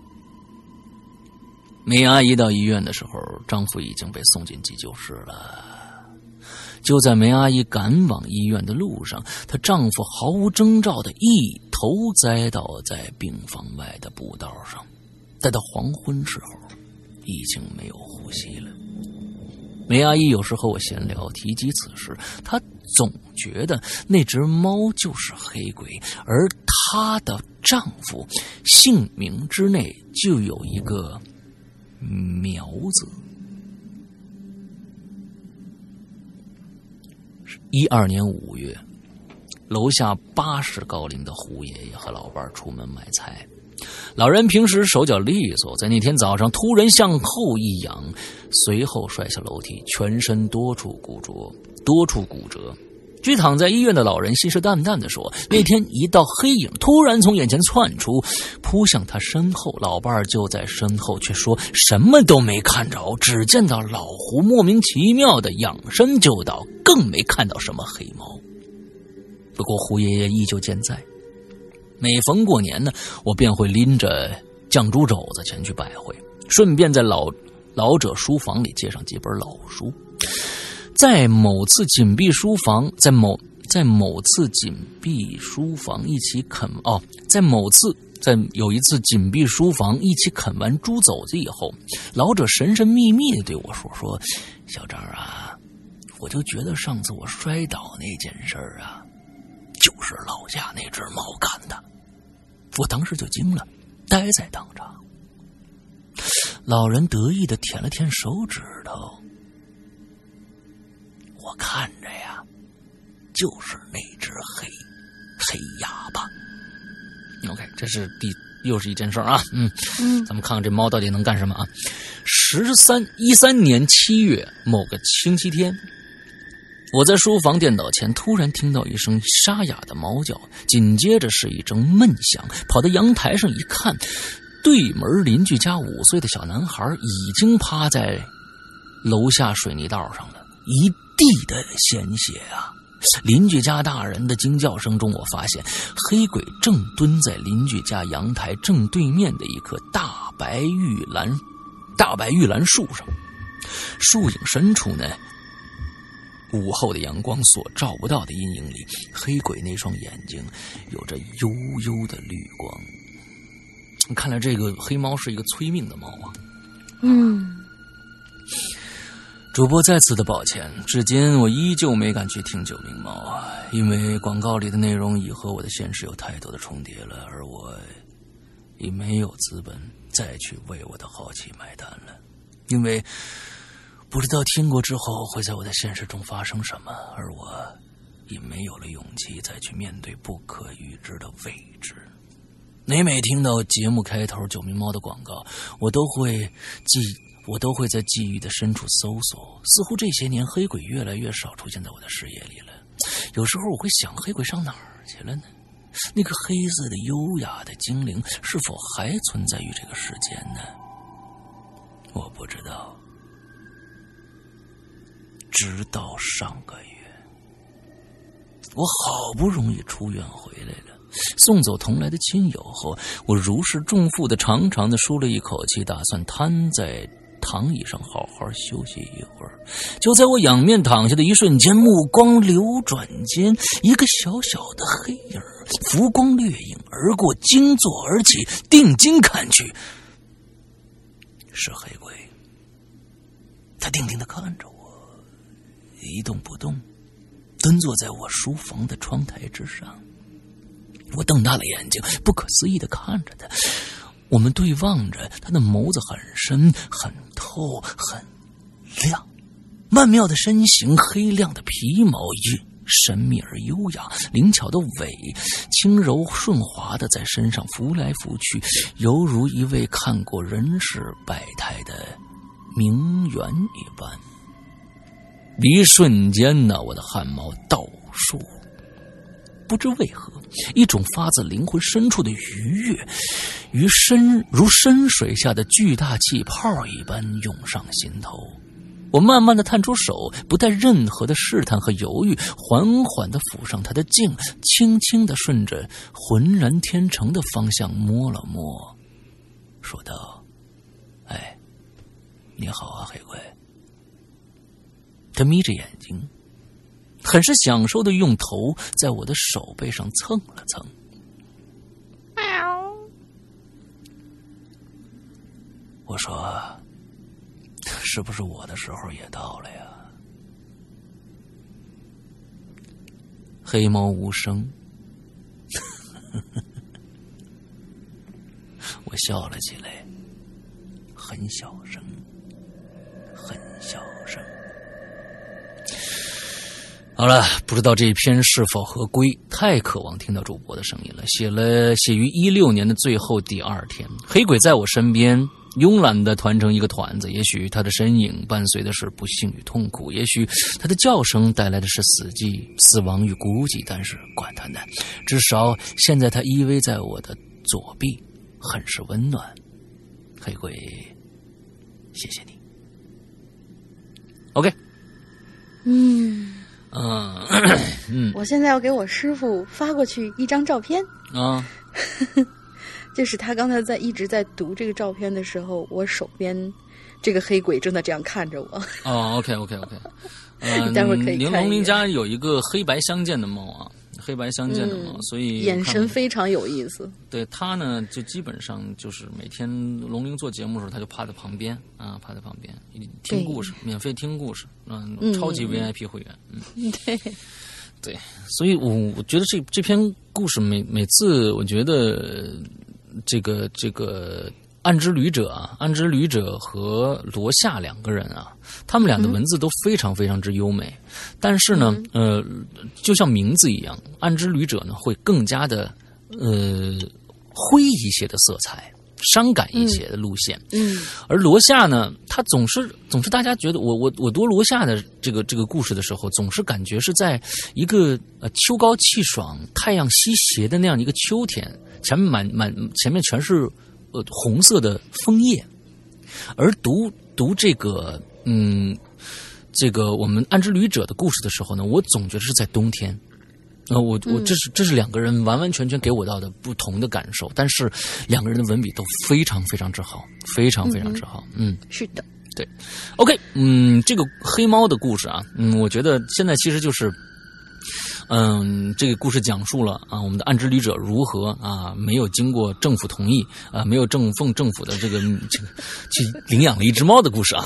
梅阿姨到医院的时候，丈夫已经被送进急救室了。就在梅阿姨赶往医院的路上，她丈夫毫无征兆的一头栽倒在病房外的步道上，待到黄昏时候，已经没有呼吸了。梅阿姨有时和我闲聊，提及此事，她总觉得那只猫就是黑鬼，而她的丈夫姓名之内就有一个苗字。一二年五月，楼下八十高龄的胡爷爷和老伴出门买菜。老人平时手脚利索，在那天早上突然向后一仰，随后摔下楼梯，全身多处骨折，多处骨折。据躺在医院的老人信誓旦旦地说，那天一道黑影突然从眼前窜出，扑向他身后，老伴儿就在身后，却说什么都没看着，只见到老胡莫名其妙的仰身就倒，更没看到什么黑猫。不过胡爷爷依旧健在，每逢过年呢，我便会拎着酱猪肘子前去拜会，顺便在老老者书房里借上几本老书。在某次紧闭书房，在某在某次紧闭书房一起啃哦，在某次在有一次紧闭书房一起啃完猪肘子以后，老者神神秘秘地对我说：“说小张啊，我就觉得上次我摔倒那件事儿啊，就是老家那只猫干的。”我当时就惊了，呆在当场。老人得意地舔了舔手指头，我看着呀，就是那只黑黑哑巴。OK， 这是第又是一件事啊，嗯嗯，咱们看看这猫到底能干什么啊？十三一三年七月某个星期天，我在书房电脑前突然听到一声沙哑的猫叫，紧接着是一声闷响，跑到阳台上一看，对门邻居家五岁的小男孩已经趴在楼下水泥道上了，一地的鲜血啊！邻居家大人的惊叫声中，我发现黑鬼正蹲在邻居家阳台正对面的一棵大白玉兰大白玉兰树上，树影深处呢，午后的阳光所照不到的阴影里，黑鬼那双眼睛有着幽幽的绿光。看来这个黑猫是一个催命的猫啊。 嗯。 主播再次的抱歉，至今我依旧没敢去听九命猫啊，因为广告里的内容已和我的现实有太多的重叠了，而我已没有资本再去为我的好奇买单了，因为不知道听过之后会在我的现实中发生什么，而我已没有了勇气再去面对不可预知的未知。每每听到节目开头九命猫的广告，我都会记我都会在记忆的深处搜索，似乎这些年黑鬼越来越少出现在我的视野里了。有时候我会想，黑鬼上哪儿去了呢？那个黑色的优雅的精灵是否还存在于这个世间呢？我不知道。直到上个月，我好不容易出院回来了，送走同来的亲友后，我如释重负的长长的舒了一口气，打算瘫在躺椅上好好休息一会儿。就在我仰面躺下的一瞬间，目光流转间，一个小小的黑影浮光掠影而过，惊坐而起，定睛看去，是黑鬼。他定定地看着我，一动不动，蹲坐在我书房的窗台之上。我瞪大了眼睛，不可思议地看着他。我们对望着，他的眸子很深、很透、很亮，曼妙的身形，黑亮的皮毛，神秘而优雅，灵巧的尾轻柔顺滑的在身上拂来拂去，犹如一位看过人世百态的名媛一般。一瞬间呢，我的汗毛倒竖，不知为何，一种发自灵魂深处的愉悦，于深如深水下的巨大气泡一般涌上心头。我慢慢地探出手，不带任何的试探和犹豫，缓缓地抚上他的颈，轻轻地顺着浑然天成的方向摸了摸，说道：“哎，你好啊，黑鬼。”他眯着眼睛，很是享受的用头在我的手背上蹭了蹭。我说：“是不是我的时候也到了呀？”黑猫无声，我笑了起来，很小声，很小声。好了，不知道这一篇是否合规，太渴望听到主播的声音了。写了写于一六年的最后第二天，黑鬼在我身边慵懒地团成一个团子，也许他的身影伴随的是不幸与痛苦，也许他的叫声带来的是死寂、死亡与孤寂，但是管他呢，至少现在他依偎在我的左臂，很是温暖。黑鬼，谢谢你。OK， 嗯。 嗯嗯， 我现在要给我师傅发过去一张照片啊， 就是他刚才在一直在读这个照片的时候，我手边这个黑鬼正在这样看着我。 哦 ，OK OK OK， 呃， 你待会儿可以看一眼。 玲珑林家有一个黑白相间的猫啊，黑白相间的猫， 嗯、 所以眼神非常有意思。 对他呢，就基本上就是每天龙玲做节目的时候，他就趴在旁边啊，趴在旁边听故事，免费听故事，嗯，超级 V I P 会员，嗯， 对。 对，所以我我觉得这这篇故事每每次我觉得这个这个暗之旅者啊，暗之旅者和罗夏两个人啊，他们俩的文字都非常非常之优美，嗯、但是呢，呃，就像名字一样，暗之旅者呢会更加的呃灰一些的色彩。伤感一些的路线， 嗯， 而罗夏呢，他总是总是大家觉得我我我读罗夏的这个这个故事的时候，总是感觉是在一个呃秋高气爽、太阳西斜的那样一个秋天，前面满满前面全是呃红色的枫叶，而读读这个嗯这个我们暗之旅者的故事的时候呢，我总觉得是在冬天。呃，我我这是这是两个人完完全全给我到的不同的感受，但是两个人的文笔都非常非常之好，非常非常之好。嗯， 是的， 对。OK， 嗯，这个黑猫的故事啊，嗯，我觉得现在其实就是，嗯，这个故事讲述了啊，我们的暗之旅者如何啊，没有经过政府同意啊，没有正奉政府的这个这个去领养了一只猫的故事啊。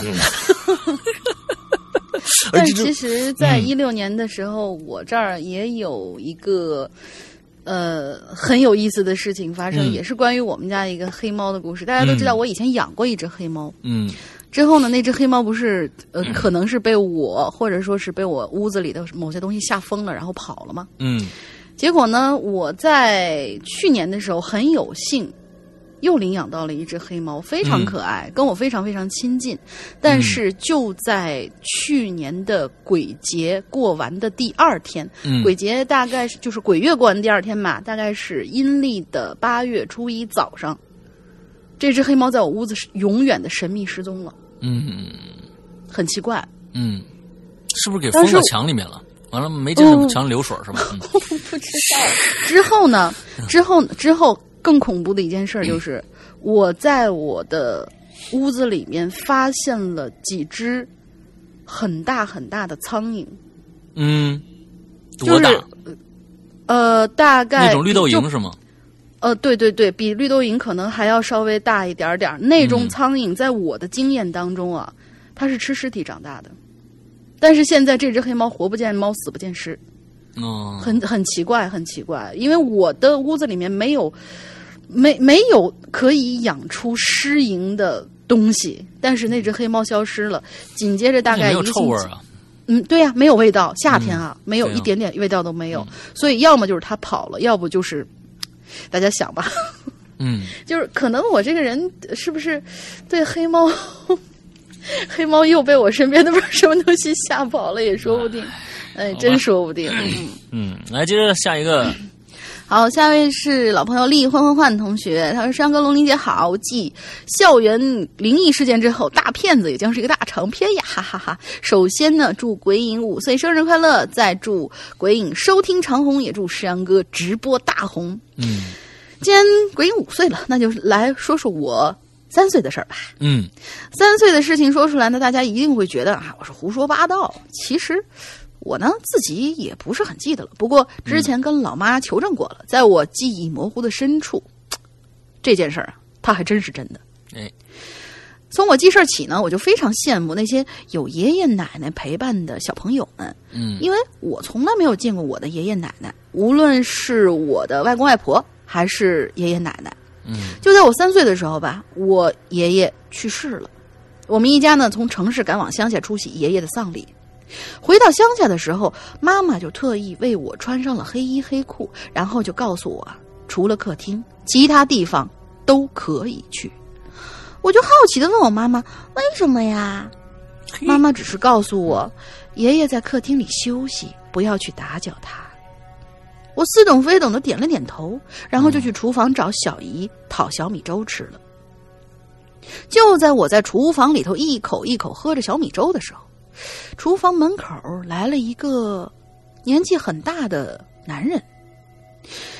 但其实在一六年的时候、嗯、我这儿也有一个呃很有意思的事情发生、嗯、也是关于我们家一个黑猫的故事。大家都知道我以前养过一只黑猫，嗯，之后呢那只黑猫不是呃可能是被我或者说是被我屋子里的某些东西吓疯了然后跑了嘛，嗯，结果呢我在去年的时候很有幸又领养到了一只黑猫，非常可爱、嗯、跟我非常非常亲近。但是就在去年的鬼节过完的第二天、嗯、鬼节大概是就是鬼月过完的第二天嘛，大概是阴历的八月初一早上，这只黑猫在我屋子永远的神秘失踪了。嗯，很奇怪。嗯，是不是给封到墙里面了？完了没见着墙里流水、嗯、是吧？嗯、我不知道。之后呢？之后之后。更恐怖的一件事就是，我在我的屋子里面发现了几只很大很大的苍蝇。嗯，多大？就是、呃，大概那种绿豆蝇是吗？呃，对对对，比绿豆蝇可能还要稍微大一点点。那种苍蝇在我的经验当中啊，它是吃尸体长大的。但是现在这只黑猫活不见猫，死不见尸。哦，很很奇怪，很奇怪，因为我的屋子里面没有。没没有可以养出尸蝇的东西，但是那只黑猫消失了。紧接着大概一个星期，没有臭味啊。嗯，对呀、啊，没有味道。夏天啊，嗯、没有一点点味道都没有。嗯、所以要么就是它跑了，要不就是大家想吧。嗯，就是可能我这个人是不是对黑猫，黑猫又被我身边的不知道什么东西吓跑了，也说不定。哎，真说不定。嗯嗯，来接着下一个。 好，下位是老朋友丽欢欢欢同学，他说：“山哥龙玲姐好，继校园灵异事件之后，大骗子也将是一个大长篇呀，哈哈哈！首先呢，祝鬼影五岁生日快乐，再祝鬼影收听长红，也祝山哥直播大红。嗯，既然鬼影五岁了，那就来说说我三岁的事儿吧。嗯，三岁的事情说出来呢，大家一定会觉得啊，我是胡说八道。其实。”我呢自己也不是很记得了，不过之前跟老妈求证过了，嗯、在我记忆模糊的深处，这件事儿啊，它还真是真的。哎，从我记事儿起呢，我就非常羡慕那些有爷爷奶奶陪伴的小朋友们。嗯，因为我从来没有见过我的爷爷奶奶，无论是我的外公外婆还是爷爷奶奶。嗯，就在我三岁的时候吧，我爷爷去世了，我们一家呢从城市赶往乡下出席爷爷的丧礼。回到乡下的时候，妈妈就特意为我穿上了黑衣黑裤，然后就告诉我，除了客厅，其他地方都可以去。我就好奇地问我妈妈，为什么呀？妈妈只是告诉我，爷爷在客厅里休息，不要去打搅他。我似懂非懂地点了点头，然后就去厨房找小姨讨小米粥吃了。就在我在厨房里头一口一口喝着小米粥的时候，厨房门口来了一个年纪很大的男人。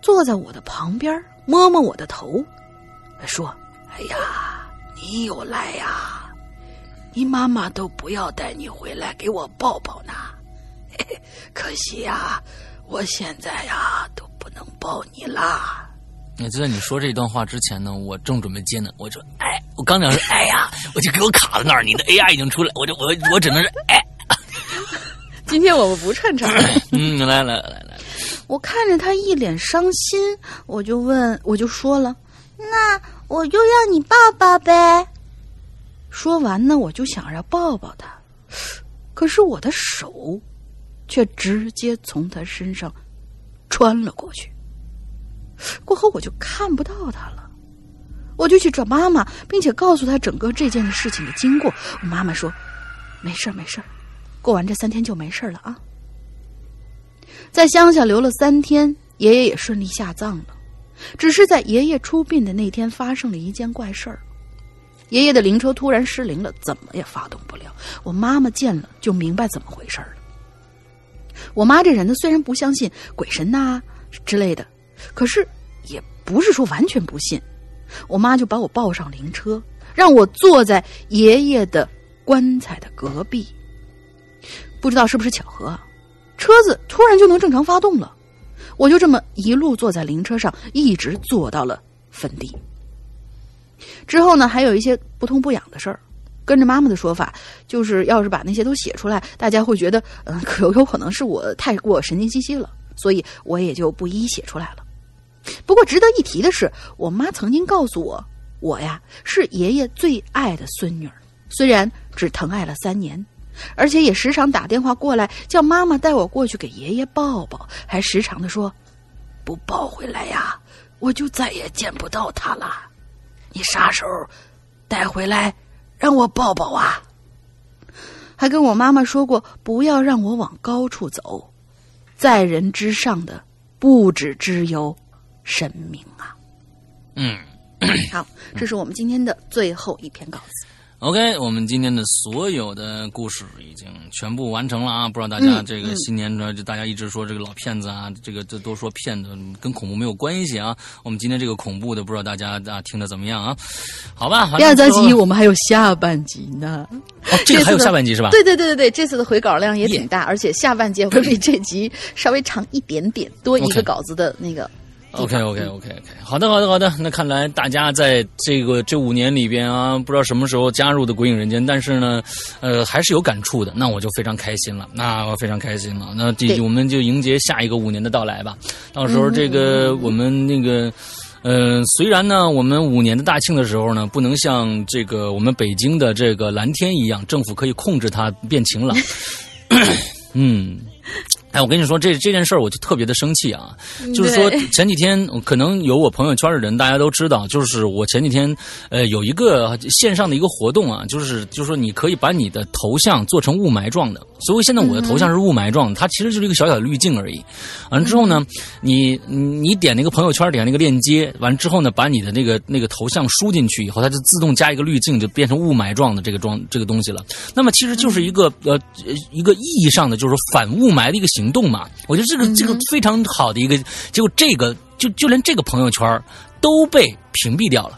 坐在我的旁边，摸摸我的头，说：“哎呀，你又来呀！你妈妈都不要带你回来给我抱抱呢。嘿嘿，可惜呀，我现在呀都不能抱你啦。” 那就在你说这段话之前呢，我正准备接呢，我说哎，我刚想说哎呀，我就给我卡在那儿，你的 A I 已经出来，我就我我只能是哎。 今天我们不串场。 嗯，来来来来， 我看着他一脸伤心，我就问，我就说了，那我就让你抱抱呗。说完呢，我就想要抱抱他，可是我的手却直接从他身上穿了过去。过后我就看不到他了，我就去找妈妈，并且告诉他整个这件事情的经过。我妈妈说：“没事没事，过完这三天就没事了啊。”在乡下留了三天，爷爷也顺利下葬了。只是在爷爷出殡的那天，发生了一件怪事儿。爷爷的灵车突然失灵了，怎么也发动不了。我妈妈见了就明白怎么回事了。我妈这人呢，虽然不相信鬼神呐、啊、之类的，可是也不是说完全不信。我妈就把我抱上灵车，让我坐在爷爷的棺材的隔壁。不知道是不是巧合啊，车子突然就能正常发动了。我就这么一路坐在灵车上，一直坐到了坟地。之后呢，还有一些不痛不痒的事儿。跟着妈妈的说法，就是要是把那些都写出来，大家会觉得嗯，可有可能是我太过神经兮兮了，所以我也就不一一写出来了。不过值得一提的是，我妈曾经告诉我，我呀是爷爷最爱的孙女儿，虽然只疼爱了三年，而且也时常打电话过来叫妈妈带我过去给爷爷抱抱，还时常的说，不抱回来呀，我就再也见不到他了。你啥时候带回来让我抱抱啊？还跟我妈妈说过，不要让我往高处走，在人之上的不只只有神明啊。 嗯， 好，这是我们今天的最后一篇稿子。 OK， 我们今天的所有的故事已经全部完成了啊！不知道大家这个新年呢，就大家一直说这个老骗子啊，这个这都说骗子跟恐怖没有关系啊。我们今天这个恐怖的，不知道大家啊听得怎么样啊？好吧， 第二集我们还有下半集呢。 哦，这个还有下半集是吧？ 对对对对对，这次的回稿量也挺大， yeah. 而且下半集会比这集稍微长一点点，多一个稿子的那个。 OK OK OK OK， 好的好的好的，那看来大家在这个这五年里边啊，不知道什么时候加入的鬼影人间，但是呢，呃，还是有感触的，那我就非常开心了，那我非常开心了，那这我们就迎接下一个五年的到来吧。到时候这个我们那个，呃，虽然呢，我们五年的大庆的时候呢，不能像这个我们北京的这个蓝天一样，政府可以控制它变晴朗，嗯。哎，我跟你说，这这件事儿我就特别的生气啊！就是说，前几天可能有我朋友圈的人，大家都知道，就是我前几天呃有一个线上的一个活动啊，就是就是说你可以把你的头像做成雾霾状的，所以现在我的头像是雾霾状的，它其实就是一个小小的滤镜而已。完了之后呢，你你点那个朋友圈，点那个链接，完了之后呢，把你的那个那个头像输进去以后，它就自动加一个滤镜，就变成雾霾状的这个状这个东西了。那么其实就是一个呃一个意义上的就是反雾霾的一个行动嘛，我觉得这个这个非常好的一个，结果这个就就连这个朋友圈都被屏蔽掉了，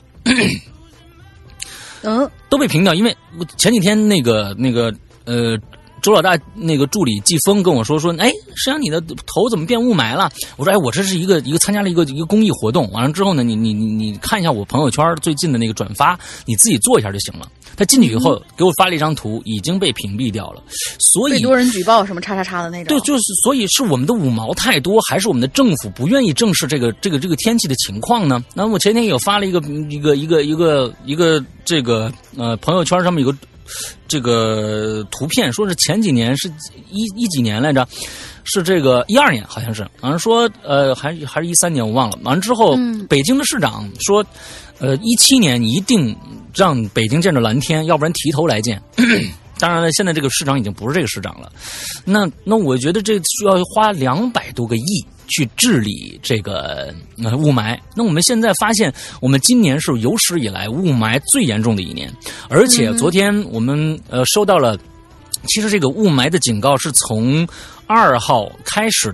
嗯，都被屏掉，因为前几天那个那个呃。周老大那个助理季风跟我说说，哎，实际上你的头怎么变雾霾了？我说，哎，我这是一个一个参加了一个一个公益活动，完了之后呢，你你你你看一下我朋友圈最近的那个转发，你自己做一下就行了。他进去以后给我发了一张图，已经被屏蔽掉了，所以被多人举报什么叉叉叉的那种。 对，就是所以是我们的五毛太多，还是我们的政府不愿意正视这个这个这个天气的情况呢？那我前天有发了一个一个一个一个一个这个呃朋友圈上面有个。这个图片说是前几年是一一几年来着，是这个一二年好像是，好像说呃还还是一三年我忘了。完了之后，嗯、北京的市长说，呃一七年一定让北京见着蓝天，要不然提头来见。当然了，现在这个市长已经不是这个市长了。那那我觉得这需要花两百多个亿去治理这个呃雾霾。那我们现在发现，我们今年是有史以来雾霾最严重的一年，而且昨天我们呃收到了，其实这个雾霾的警告是从二号开始的。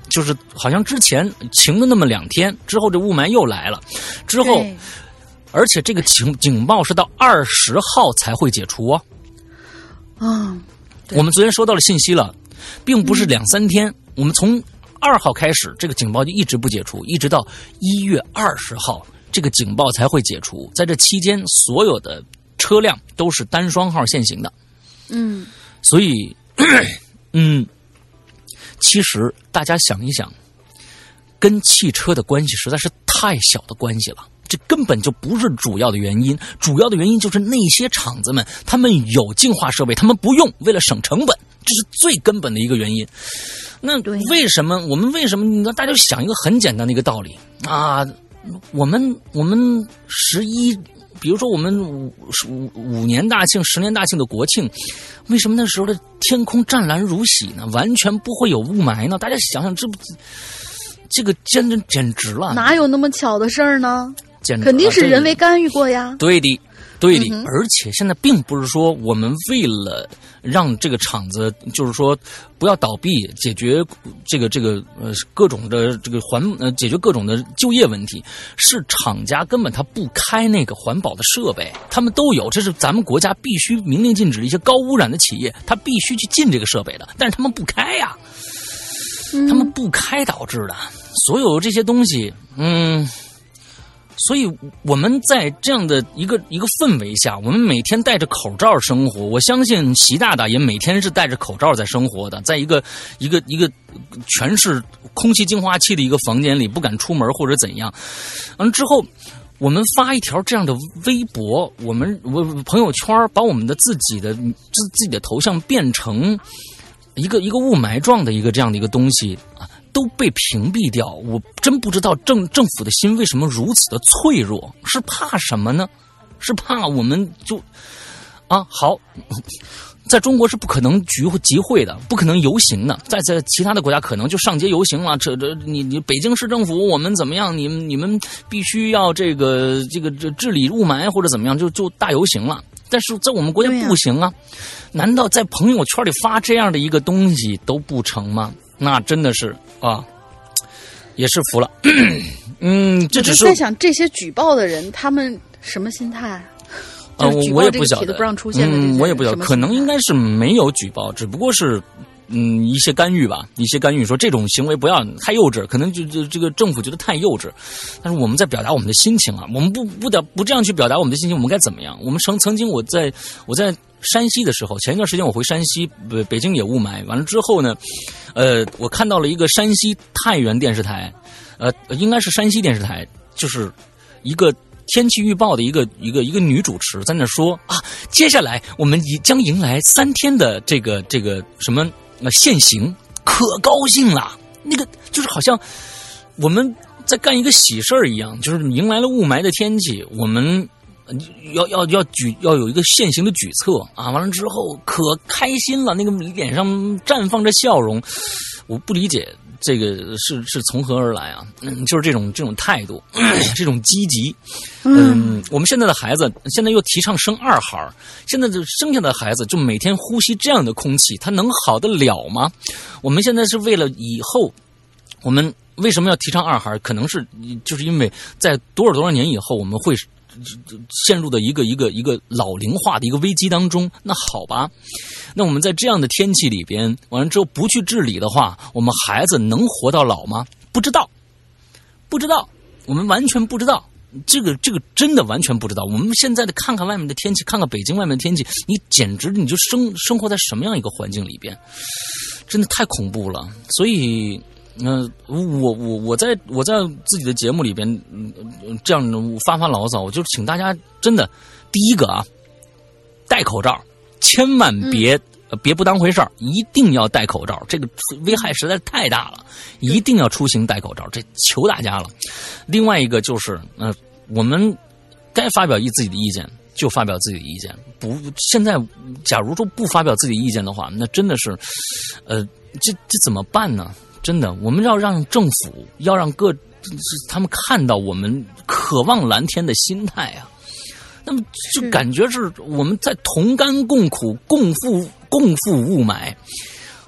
就是好像之前晴了那么两天之后，这雾霾又来了，之后，而且这个警警报是到二十号才会解除哦。 啊， 我们昨天收到了信息了，并不是两三天，嗯、我们从二号开始，这个警报就一直不解除，一直到一月二十号，这个警报才会解除。在这期间，所有的车辆都是单双号限行的。嗯，所以，嗯。其实大家想一想，跟汽车的关系实在是太小的关系了，这根本就不是主要的原因。主要的原因就是那些厂子们，他们有净化设备，他们不用，为了省成本，这是最根本的一个原因。那为什么我们为什么？大家就想一个很简单的一个道理啊，我们我们十一。比如说我们五五五年大庆、十年大庆的国庆，为什么那时候的天空湛蓝如洗呢？完全不会有雾霾呢？大家想想，这不这个简直简直了！ 哪有那么巧的事儿呢？ 简直肯定是人为干预过呀。 对的，对的。嗯、而且现在并不是说我们为了让这个厂子，就是说不要倒闭，解决这个这个呃各种的这个环呃解决各种的就业问题，是厂家根本他不开那个环保的设备，他们都有，这是咱们国家必须明令禁止，一些高污染的企业他必须去进这个设备的，但是他们不开呀、啊，他们不开导致的，所有这些东西，嗯。所以我们在这样的一个一个氛围下，我们每天戴着口罩生活。我相信习大大也每天是戴着口罩在生活的，在一个一个一个全是空气净化器的一个房间里，不敢出门或者怎样。嗯，之后我们发一条这样的微博，我们我朋友圈把我们的自己的自自己的头像变成一个一个雾霾状的一个这样的一个东西啊。都被屏蔽掉，我真不知道政政府的心为什么如此的脆弱，是怕什么呢？是怕我们就啊好，在中国是不可能聚会集会的，不可能游行的，在在其他的国家可能就上街游行了。这这你你北京市政府我们怎么样？你们你们必须要这个这个这治理雾霾或者怎么样，就就大游行了。但是在我们国家不行啊，难道在朋友圈里发这样的一个东西都不成吗？那真的是啊，也是服了。嗯，这只是我在想这些举报的人，他们什么心态？ 呃，我也不晓得， 不让出现的嗯，我也不晓得，可能应该是没有举报，只不过是嗯一些干预吧，一些干预说这种行为不要太幼稚，可能就就这个政府觉得太幼稚。但是我们在表达我们的心情啊，我们不不的不这样去表达我们的心情，我们该怎么样？我们曾曾经我在我在。山西的时候，前一段时间我回山西，北北京也雾霾。完了之后呢，呃，我看到了一个山西太原电视台，呃，应该是山西电视台，就是一个天气预报的一个一个一个女主持在那说啊，接下来我们将迎来三天的这个这个什么呃限行，可高兴了。那个就是好像我们在干一个喜事儿一样，就是迎来了雾霾的天气，我们。要要要举要有一个现行的举措啊！完了之后可开心了，那个脸上绽放着笑容。我不理解这个是是从何而来啊？嗯，就是这种这种态度，这种积极。嗯，我们现在的孩子现在又提倡生二孩，现在的生下的孩子就每天呼吸这样的空气，他能好得了吗？我们现在是为了以后，我们为什么要提倡二孩？可能是就是因为在多少多少年以后，我们会。陷入的一个一个一个老龄化的一个危机当中，那好吧，那我们在这样的天气里边，完了之后不去治理的话，我们孩子能活到老吗？不知道，不知道，我们完全不知道，这个这个真的完全不知道。我们现在的看看外面的天气，看看北京外面的天气，你简直你就生生活在什么样一个环境里边，真的太恐怖了。所以。嗯、呃，我我我在我在自己的节目里边，嗯、这样发发牢骚，我就请大家真的，第一个啊，戴口罩，千万别、嗯呃、别不当回事儿，一定要戴口罩，这个危害实在是太大了，一定要出行戴口罩，这求大家了。另外一个就是，呃，我们该发表一自己的意见就发表自己的意见，不，现在假如说不发表自己的意见的话，那真的是，呃，这这怎么办呢？真的，我们要让政府，要让各他们看到我们渴望蓝天的心态啊。那么就感觉是我们在同甘共苦、共赴共赴雾霾。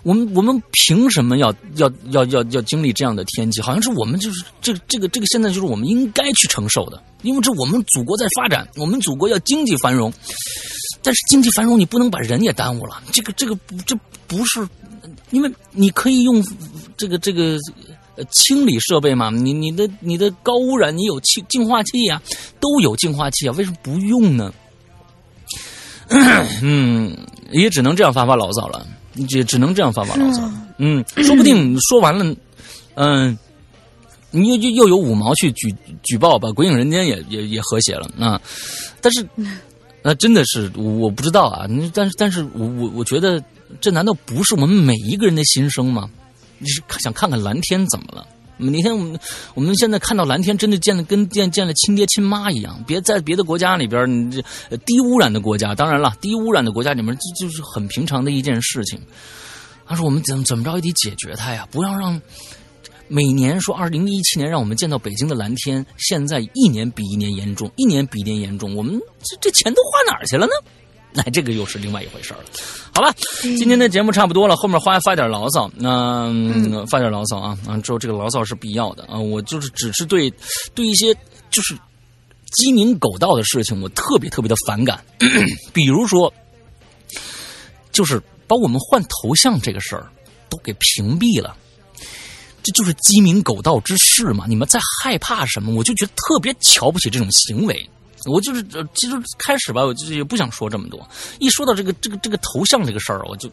我们我们凭什么要要要要要经历这样的天气？好像是我们就是这这个这个现在就是我们应该去承受的，因为这我们祖国在发展，我们祖国要经济繁荣，但是经济繁荣你不能把人也耽误了，这个这个这不是，因为你可以用这个这个清理设备嘛，你你的你的高污染你有净净化器啊，都有净化器啊，为什么不用呢？嗯，也只能这样发发牢骚了。也只能这样发发牢骚，嗯，说不定说完了，嗯，你又又又有五毛去举举报，把鬼影人间也也也和谐了啊！但是，那、呃、真的是我不知道啊，但是但是我我我觉得这难道不是我们每一个人的心声吗？你是想看看蓝天怎么了？那天我们我们现在看到蓝天，真的见了跟见见了亲爹亲妈一样。别在别的国家里边，你这低污染的国家，当然了，低污染的国家里面这就是很平常的一件事情。他说我们怎么怎么着也得解决它呀，不要让每年说二零一七年让我们见到北京的蓝天，现在一年比一年严重，一年比一年严重，我们这这钱都花哪儿去了呢？那这个又是另外一回事了，好吧？今天的节目差不多了，后面发发点牢骚，那、嗯、发点牢骚啊啊！之后这个牢骚是必要的啊，我就是只是对对一些就是鸡鸣狗盗的事情，我特别特别的反感，比如说，就是把我们换头像这个事儿都给屏蔽了。这就是鸡鸣狗盗之事嘛？你们在害怕什么？我就觉得特别瞧不起这种行为。我就是其实开始吧，我就是也不想说这么多。一说到这个这个这个头像这个事儿，我就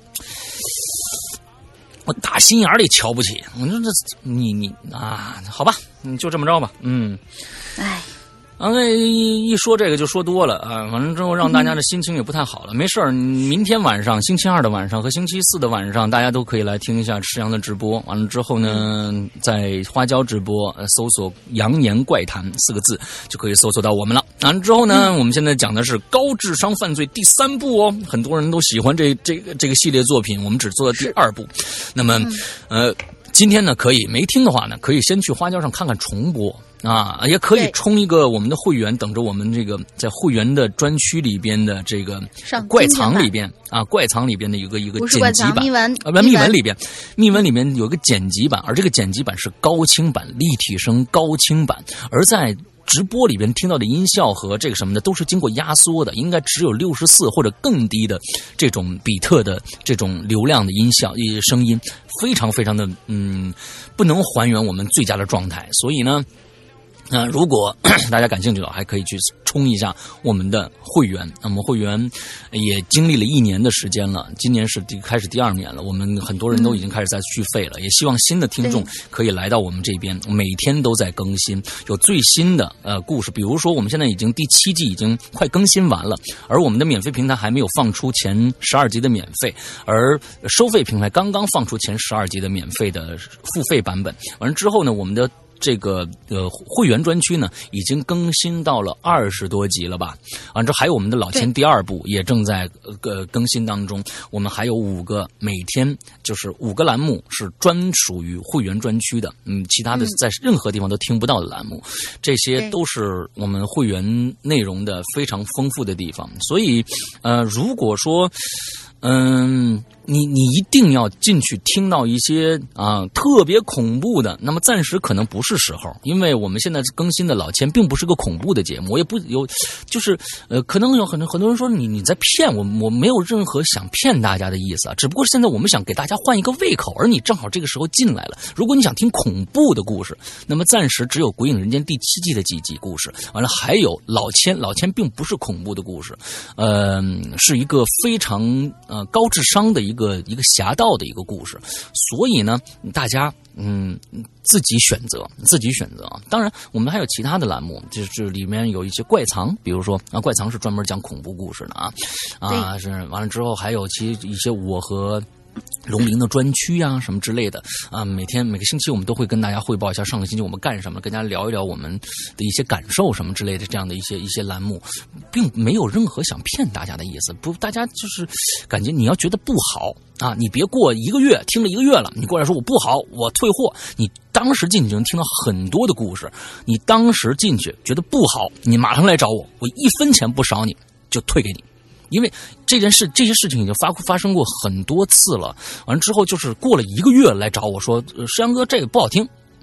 我打心眼里瞧不起。我说这你你啊，好吧，你就这么着吧。嗯， 哎。 啊，那一一说这个就说多了啊，完了之后让大家的心情也不太好了。没事儿，明天晚上、星期二的晚上和星期四的晚上，大家都可以来听一下石阳的直播。完了之后呢，在花椒直播呃搜索“扬言怪谈”四个字就可以搜索到我们了。完了之后呢，我们现在讲的是高智商犯罪第三部哦，很多人都喜欢这这个这个系列作品，我们只做到第二部。那么，呃。今天呢，可以没听的话呢，可以先去花椒上看看重播啊，也可以充一个我们的会员，等着我们这个在会员的专区里边的这个怪藏里边啊，怪藏里边的一个一个剪辑版， 密文啊，不，密文里边，密文里面有一个剪辑版，而这个剪辑版是高清版、立体声高清版，而在直播里边听到的音效和这个什么的都是经过压缩的，应该只有六十四或者更低的这种比特的这种流量的音效声音，非常非常的嗯，不能还原我们最佳的状态。所以呢，那、呃、如果大家感兴趣的话，还可以去冲一下我们的会员。那么会员也经历了一年的时间了，今年是第开始第二年了，我们很多人都已经开始在续费了，嗯、也希望新的听众可以来到我们这边，每天都在更新，有最新的呃故事。比如说我们现在已经第七季已经快更新完了，而我们的免费平台还没有放出前十二集的免费，而收费平台刚刚放出前十二集的免费的付费版本。完了之后呢，我们的这个呃会员专区呢，已经更新到了二十多集了吧？啊，这还有我们的老千第二部也正在呃更新当中。我们还有五个每天就是五个栏目是专属于会员专区的，嗯，其他的在任何地方都听不到的栏目，嗯、这些都是我们会员内容的非常丰富的地方。所以，呃，如果说嗯，你你一定要进去听到一些啊特别恐怖的，那么暂时可能不是时候，因为我们现在更新的老千并不是个恐怖的节目，我也不有，就是呃，可能有很多很多人说你你在骗我，我没有任何想骗大家的意思啊，只不过现在我们想给大家换一个胃口，而你正好这个时候进来了。如果你想听恐怖的故事，那么暂时只有《鬼影人间》第七季的几集故事，完了还有老千，老千并不是恐怖的故事，呃，是一个非常。呃，高智商的一个一个侠盗的一个故事，所以呢，大家嗯自己选择，自己选择啊。当然，我们还有其他的栏目，就是里面有一些怪藏，比如说啊，怪藏是专门讲恐怖故事的啊，啊是完了之后还有其一些我和龙鳞的专区啊，什么之类的啊，每天每个星期我们都会跟大家汇报一下上个星期我们干什么，跟大家聊一聊我们的一些感受什么之类的，这样的一些一些栏目，并没有任何想骗大家的意思。不，大家就是感觉你要觉得不好啊，你别过一个月听了一个月了，你过来说我不好，我退货。你当时进去能听到很多的故事，你当时进去觉得不好，你马上来找我，我一分钱不少你，就退给你。 因为这件事这些事情已经发发生过很多次了。完了之后就是过了一个月来找我说，石阳哥这个不好听。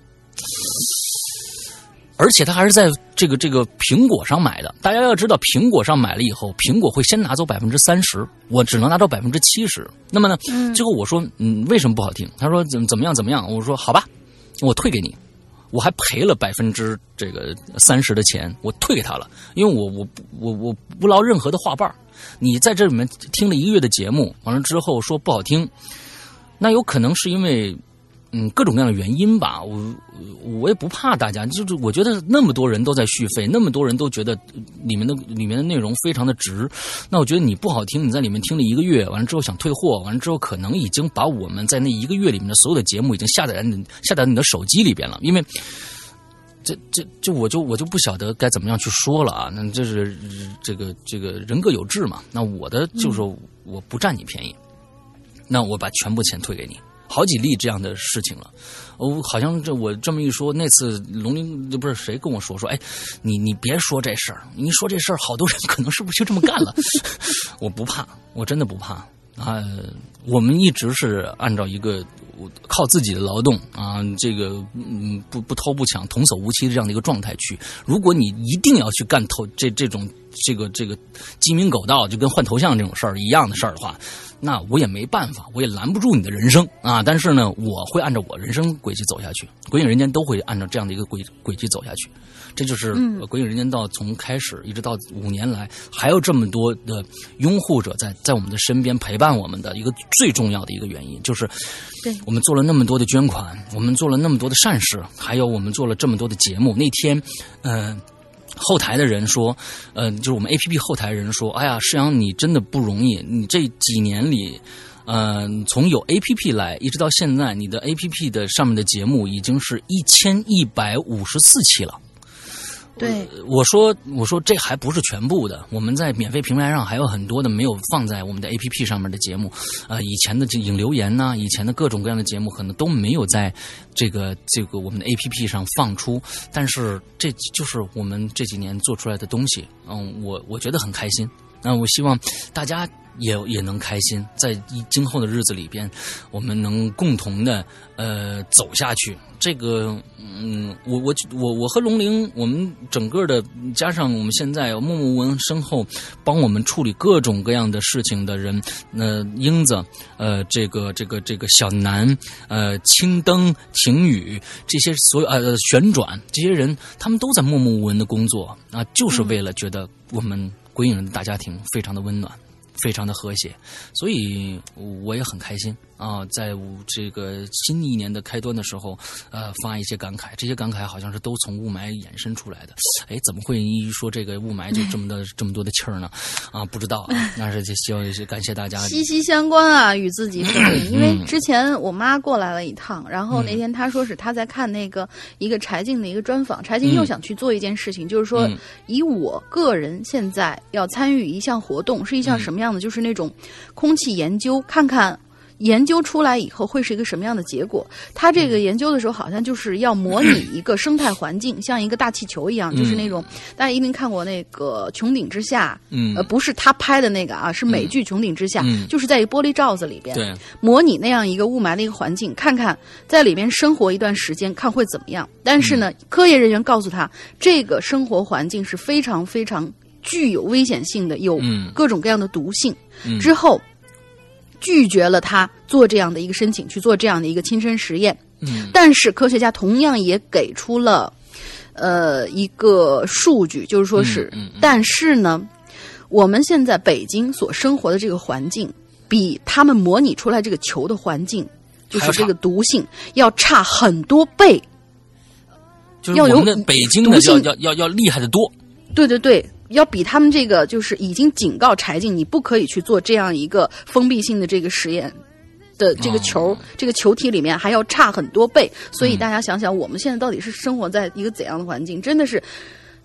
而且他还是在这个这个苹果上买的。大家要知道，苹果上买了以后，苹果会先拿走百分之三十，我只能拿到百分之七十。那么呢，嗯、最后我说，嗯，为什么不好听？他说怎怎么样怎么样？我说好吧，我退给你。我还赔了百分之这个三十的钱，我退给他了，因为我我我我不捞任何的话瓣。你在这里面听了一个月的节目，完了之后说不好听，那有可能是因为。嗯，各种各样的原因吧，我我也不怕大家，就是我觉得那么多人都在续费，那么多人都觉得里面的里面的内容非常的值，那我觉得你不好听，你在里面听了一个月，完了之后想退货，完了之后可能已经把我们在那一个月里面的所有的节目已经下载在你下载在你的手机里边了，因为这这就我就我就不晓得该怎么样去说了啊，那这是这个这个人各有志嘛，那我的就是说我不占你便宜，那我把全部钱退给你。好几例这样的事情了，我好像这我这么一说，那次龙鳞不是谁跟我说说，哎，你你别说这事儿，你说这事儿，好多人可能是不是就这么干了？我不怕，我真的不怕啊！我们一直是按照一个靠自己的劳动啊，这个嗯不不偷不抢、童叟无欺的这样的一个状态去。如果你一定要去干偷这这种这个这个鸡鸣狗盗，就跟换头像这种事儿一样的事儿的话。那我也没办法，我也拦不住你的人生啊！但是呢，我会按照我人生轨迹走下去，鬼影人间都会按照这样的一个轨轨迹走下去。这就是鬼影人间到从开始一直到五年来，还有这么多的拥护者在在我们的身边陪伴我们的一个最重要的一个原因，就是我们做了那么多的捐款，我们做了那么多的善事，还有我们做了这么多的节目。那天，嗯、呃。后台的人说，呃，就是我们 A P P 后台人说，哎呀，世阳你真的不容易，你这几年里，呃，从有 A P P 来一直到现在，你的 A P P 的上面的节目已经是一千一百五十四期了。 对， 我说我说这还不是全部的，我们在免费平台上还有很多的没有放在我们的 A P P 上面的节目，呃，以前的引留言呐、啊，以前的各种各样的节目可能都没有在这个这个我们的 A P P 上放出，但是这就是我们这几年做出来的东西，嗯，我我觉得很开心。那我希望大家也也能开心，在今后的日子里边，我们能共同的呃走下去。这个嗯，我我我我和龙鳞，我们整个的加上我们现在默默无闻身后帮我们处理各种各样的事情的人，呃，英子，呃，这个这个这个小南，呃，青灯、晴雨这些所有呃旋转这些人，他们都在默默无闻的工作啊，就是为了觉得我们鬼影人的大家庭非常的温暖。非常的和谐，所以我也很开心啊！在这个新一年的开端的时候，呃，发一些感慨，这些感慨好像是都从雾霾衍生出来的。哎，怎么会一说这个雾霾就这么的这么多的气儿呢？啊，不知道啊，那是希望感谢大家。 息息相关啊，与自己生命。因为之前我妈过来了一趟，然后那天她说是她在看那个一个柴静的一个专访，柴静又想去做一件事情，嗯、就是说以我个人现在要参与一项活动，是一项什么样的？就是那种空气研究，看看研究出来以后会是一个什么样的结果。他这个研究的时候好像就是要模拟一个生态环境，像一个大气球一样，就是那种大家一定看过那个穹顶之下，呃，不是他拍的那个啊，是美剧穹顶之下，就是在一个玻璃罩子里边，对，模拟那样一个雾霾的一个环境，看看在里边生活一段时间看会怎么样。但是呢，科研人员告诉他，这个生活环境是非常非常具有危险性的，有各种各样的毒性。嗯、之后拒绝了他做这样的一个申请，去做这样的一个亲身实验。嗯，但是科学家同样也给出了呃一个数据，就是说是，嗯嗯嗯、但是呢，我们现在北京所生活的这个环境，比他们模拟出来这个球的环境，就是这个毒性要差很多倍。 就是我们的北京的要要要要厉害的多。 对对对。要比他们这个就是已经警告柴静，你不可以去做这样一个封闭性的这个实验的这个球，哦、这个球体里面还要差很多倍。所以大家想想，我们现在到底是生活在一个怎样的环境？真的是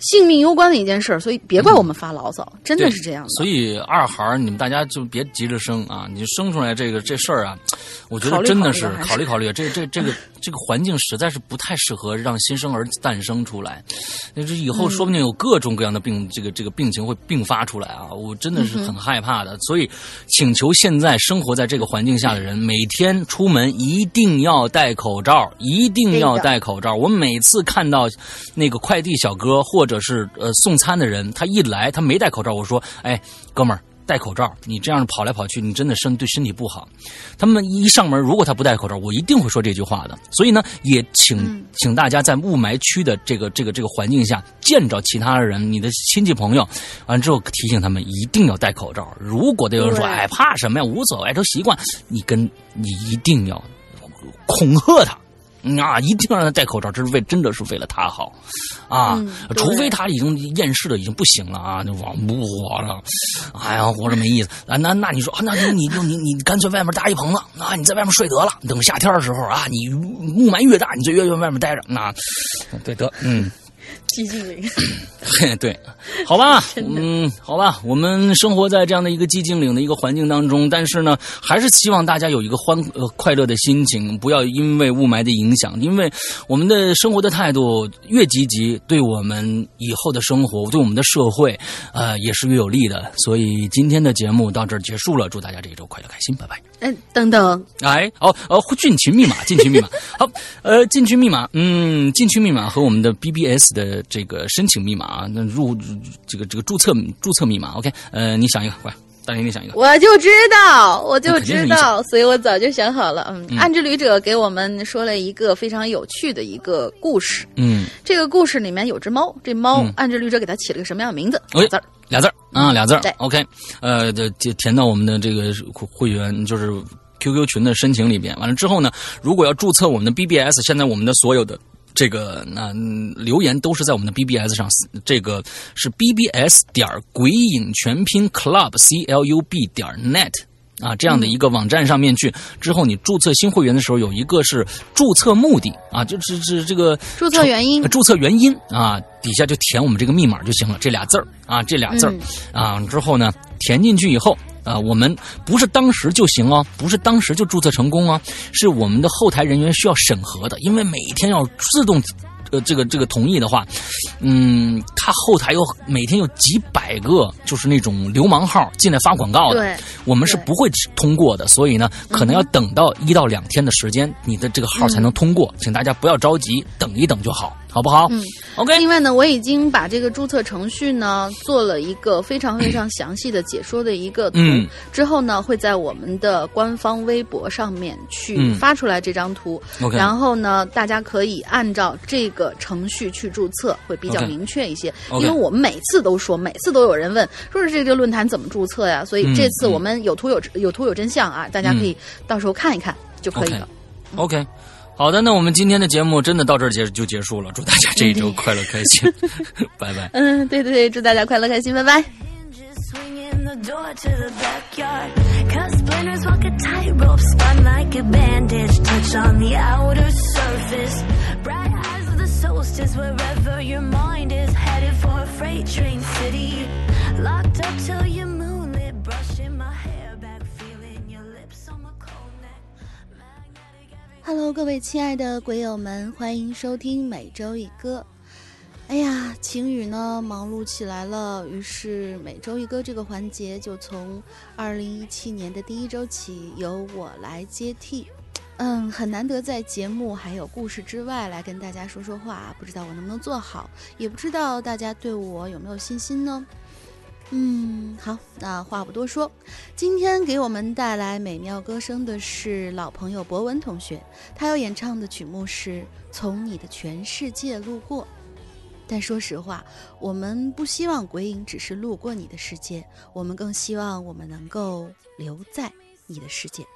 性命攸关的一件事儿，所以别怪我们发牢骚，真的是这样的。 所以二孩你们大家就别急着生啊，你生出来这个这事儿啊，我觉得真的是考虑考虑，这这这个这个环境实在是不太适合让新生儿诞生出来，那这以后说不定有各种各样的病，这个这个病情会并发出来啊，我真的是很害怕的。所以请求现在生活在这个环境下的人，每天出门一定要戴口罩，一定要戴口罩。我每次看到那个快递小哥或者是呃送餐的人，他一来他没戴口罩，我说，哎，哥们儿。戴口罩，你这样跑来跑去，你真的身对身体不好。他们一上门，如果他不戴口罩，我一定会说这句话的。所以呢，也请、嗯、请大家在雾霾区的这个这个这个环境下，见着其他的人，你的亲戚朋友，完之后提醒他们一定要戴口罩。如果有人说，哎，怕什么呀，无所谓，都习惯，你跟你一定要恐吓他。啊，一定要让他戴口罩，这是为真的是为了他好，啊，嗯、除非他已经厌世的已经不行了啊，就往不活了，哎呀，活着没意思啊。那那你说，那你你你你干脆外面搭一棚子啊，你在外面睡得了。等夏天的时候啊，你雾霾越大，你就越越外面待着。那对得，嗯。 寂静岭， 对，好吧，嗯，好吧，我们生活在这样的一个寂静岭的一个环境当中，但是呢，还是希望大家有一个欢呃快乐的心情，不要因为雾霾的影响，因为我们的生活的态度越积极，对我们以后的生活，对我们的社会，呃，也是越有利的。所以今天的节目到这儿结束了，祝大家这一周快乐开心，拜拜。 嗯，等等， 哎，哦哦，进群密码，进群密码，好，呃，进群密码，嗯，进群密码和我们的 B B S 的这个申请密码，那入这个这个注册注册密码 ，OK， 呃，你想一个，快，大林你想一个， 我就知道，我就知道，所以我早就想好了。嗯，嗯暗之旅者给我们说了一个非常有趣的一个故事。 嗯， 这个故事里面有只猫，这猫、嗯、暗之旅者给它起了个什么样的名字？俩字儿， 俩字儿啊，俩字儿。OK， 呃，就填到我们的这个会员就是 Q Q 群的申请里边。完了之后呢，如果要注册我们的 B B S， 现在我们的所有的。这个那、嗯、留言都是在我们的 B B S 上，这个是 B B S 点鬼影全拼 Club C L U B 点 net 啊，这样的一个网站上面去。之后你注册新会员的时候，有一个是注册目的啊，就是是这个注册原因， 注册原因啊，底下就填我们这个密码就行了，这俩字儿啊，这俩字儿、嗯、啊，之后呢填进去以后。啊、呃，我们不是当时就行哦，不是当时就注册成功哦，是我们的后台人员需要审核的，因为每天要自动，呃，这个这个同意的话，嗯，他后台有每天有几百个就是那种流氓号进来发广告的， 对， 我们是不会通过的，所以呢，可能要等到一到两天的时间，你的这个号才能通过，嗯、请大家不要着急，等一等就好。好不好？ 嗯 ，OK。 另外呢，我已经把这个注册程序呢做了一个非常非常详细的解说的一个图，嗯、之后呢会在我们的官方微博上面去发出来这张图， 嗯、 然后呢大家可以按照这个程序去注册，会比较明确一些。 Okay. 因为我们每次都说，每次都有人问，说是这个论坛怎么注册呀？所以这次我们有图有、嗯、有图有真相啊，大家可以到时候看一看就可以了。 OK。okay.好的，那我们今天的节目真的到这儿结就结束了，祝大家这一周快乐开心，拜拜。 嗯，对对对，祝大家快乐开心，拜拜。Hello， 各位亲爱的鬼友们，欢迎收听每周一歌。哎呀，晴雨呢忙碌起来了，于是每周一歌这个环节就从二零一七年的第一周起由我来接替。嗯，很难得在节目还有故事之外来跟大家说说话，不知道我能不能做好，也不知道大家对我有没有信心呢？嗯，好，那话不多说，今天给我们带来美妙歌声的是老朋友博文同学，他要演唱的曲目是《从你的全世界路过》。但说实话，我们不希望鬼影只是路过你的世界，我们更希望我们能够留在你的世界。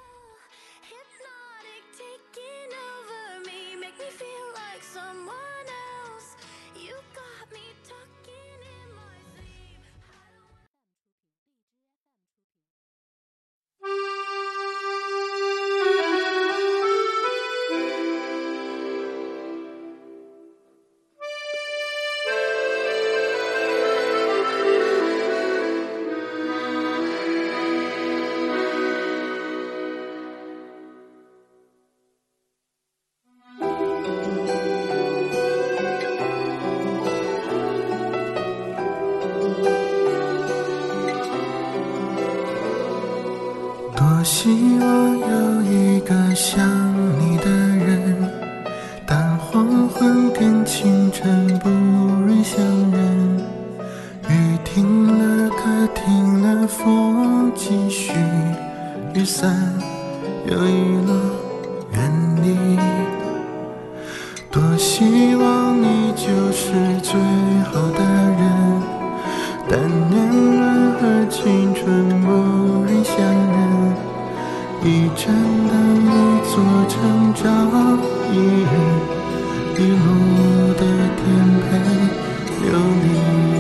希望有一个像你的人，但黄昏跟清晨不忍相认。雨停了，歌停了，风继续，雨伞又遗落原地。多希望你就是最好的人，但年轮和青春不忍相认。一盏灯，一座城，照一人，一路的颠沛流离。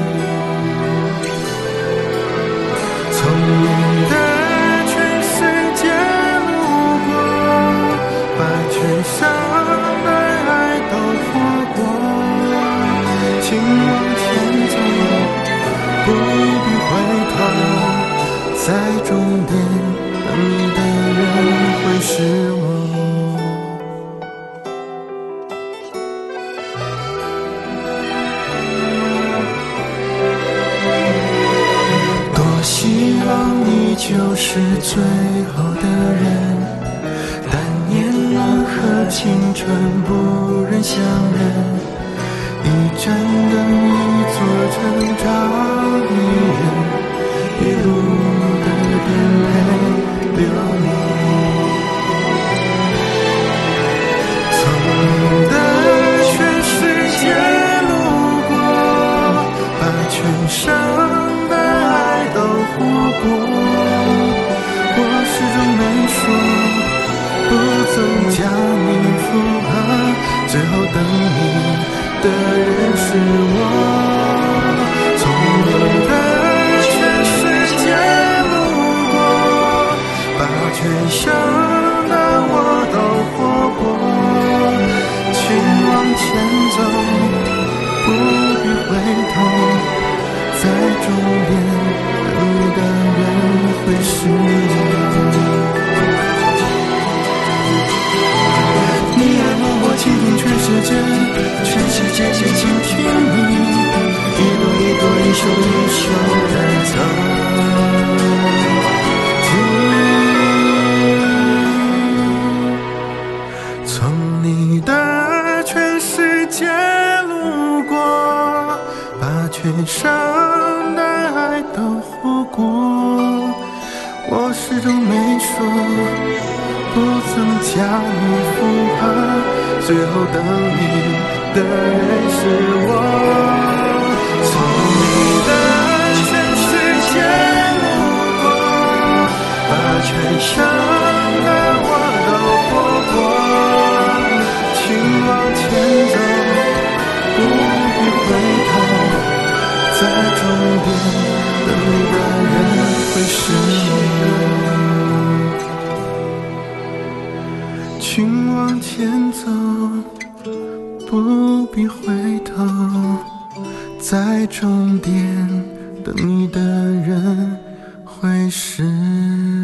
从你的全世界路过，把全上的爱都活过。请往前走，不必回头，在终点等你的人会是我。多希望你就是最好的人，但年轮和青春不忍相认。一盏灯，一座城，照一人，一路的颠沛流离。从你的全世界路过，把全生的爱都活过。我始终没说，不曾将你附和，最后等你的人是我。从你的全世界路过，把全生的我都活过。请往前走，不必回头，在终点等你的人会是我。你爱我，我倾听全世界，全世界也倾听你，一朵一朵，一袖一袖的藏。从你的全世界路过，把全生的爱都活过。我始终没说，不曾将你附和，最后等你的人是我。从你的全世界路过，把全生的我都活过。请往前走，不必回头，在终点等你的人会是我。请往前走，不必回头，在终点等你的人会是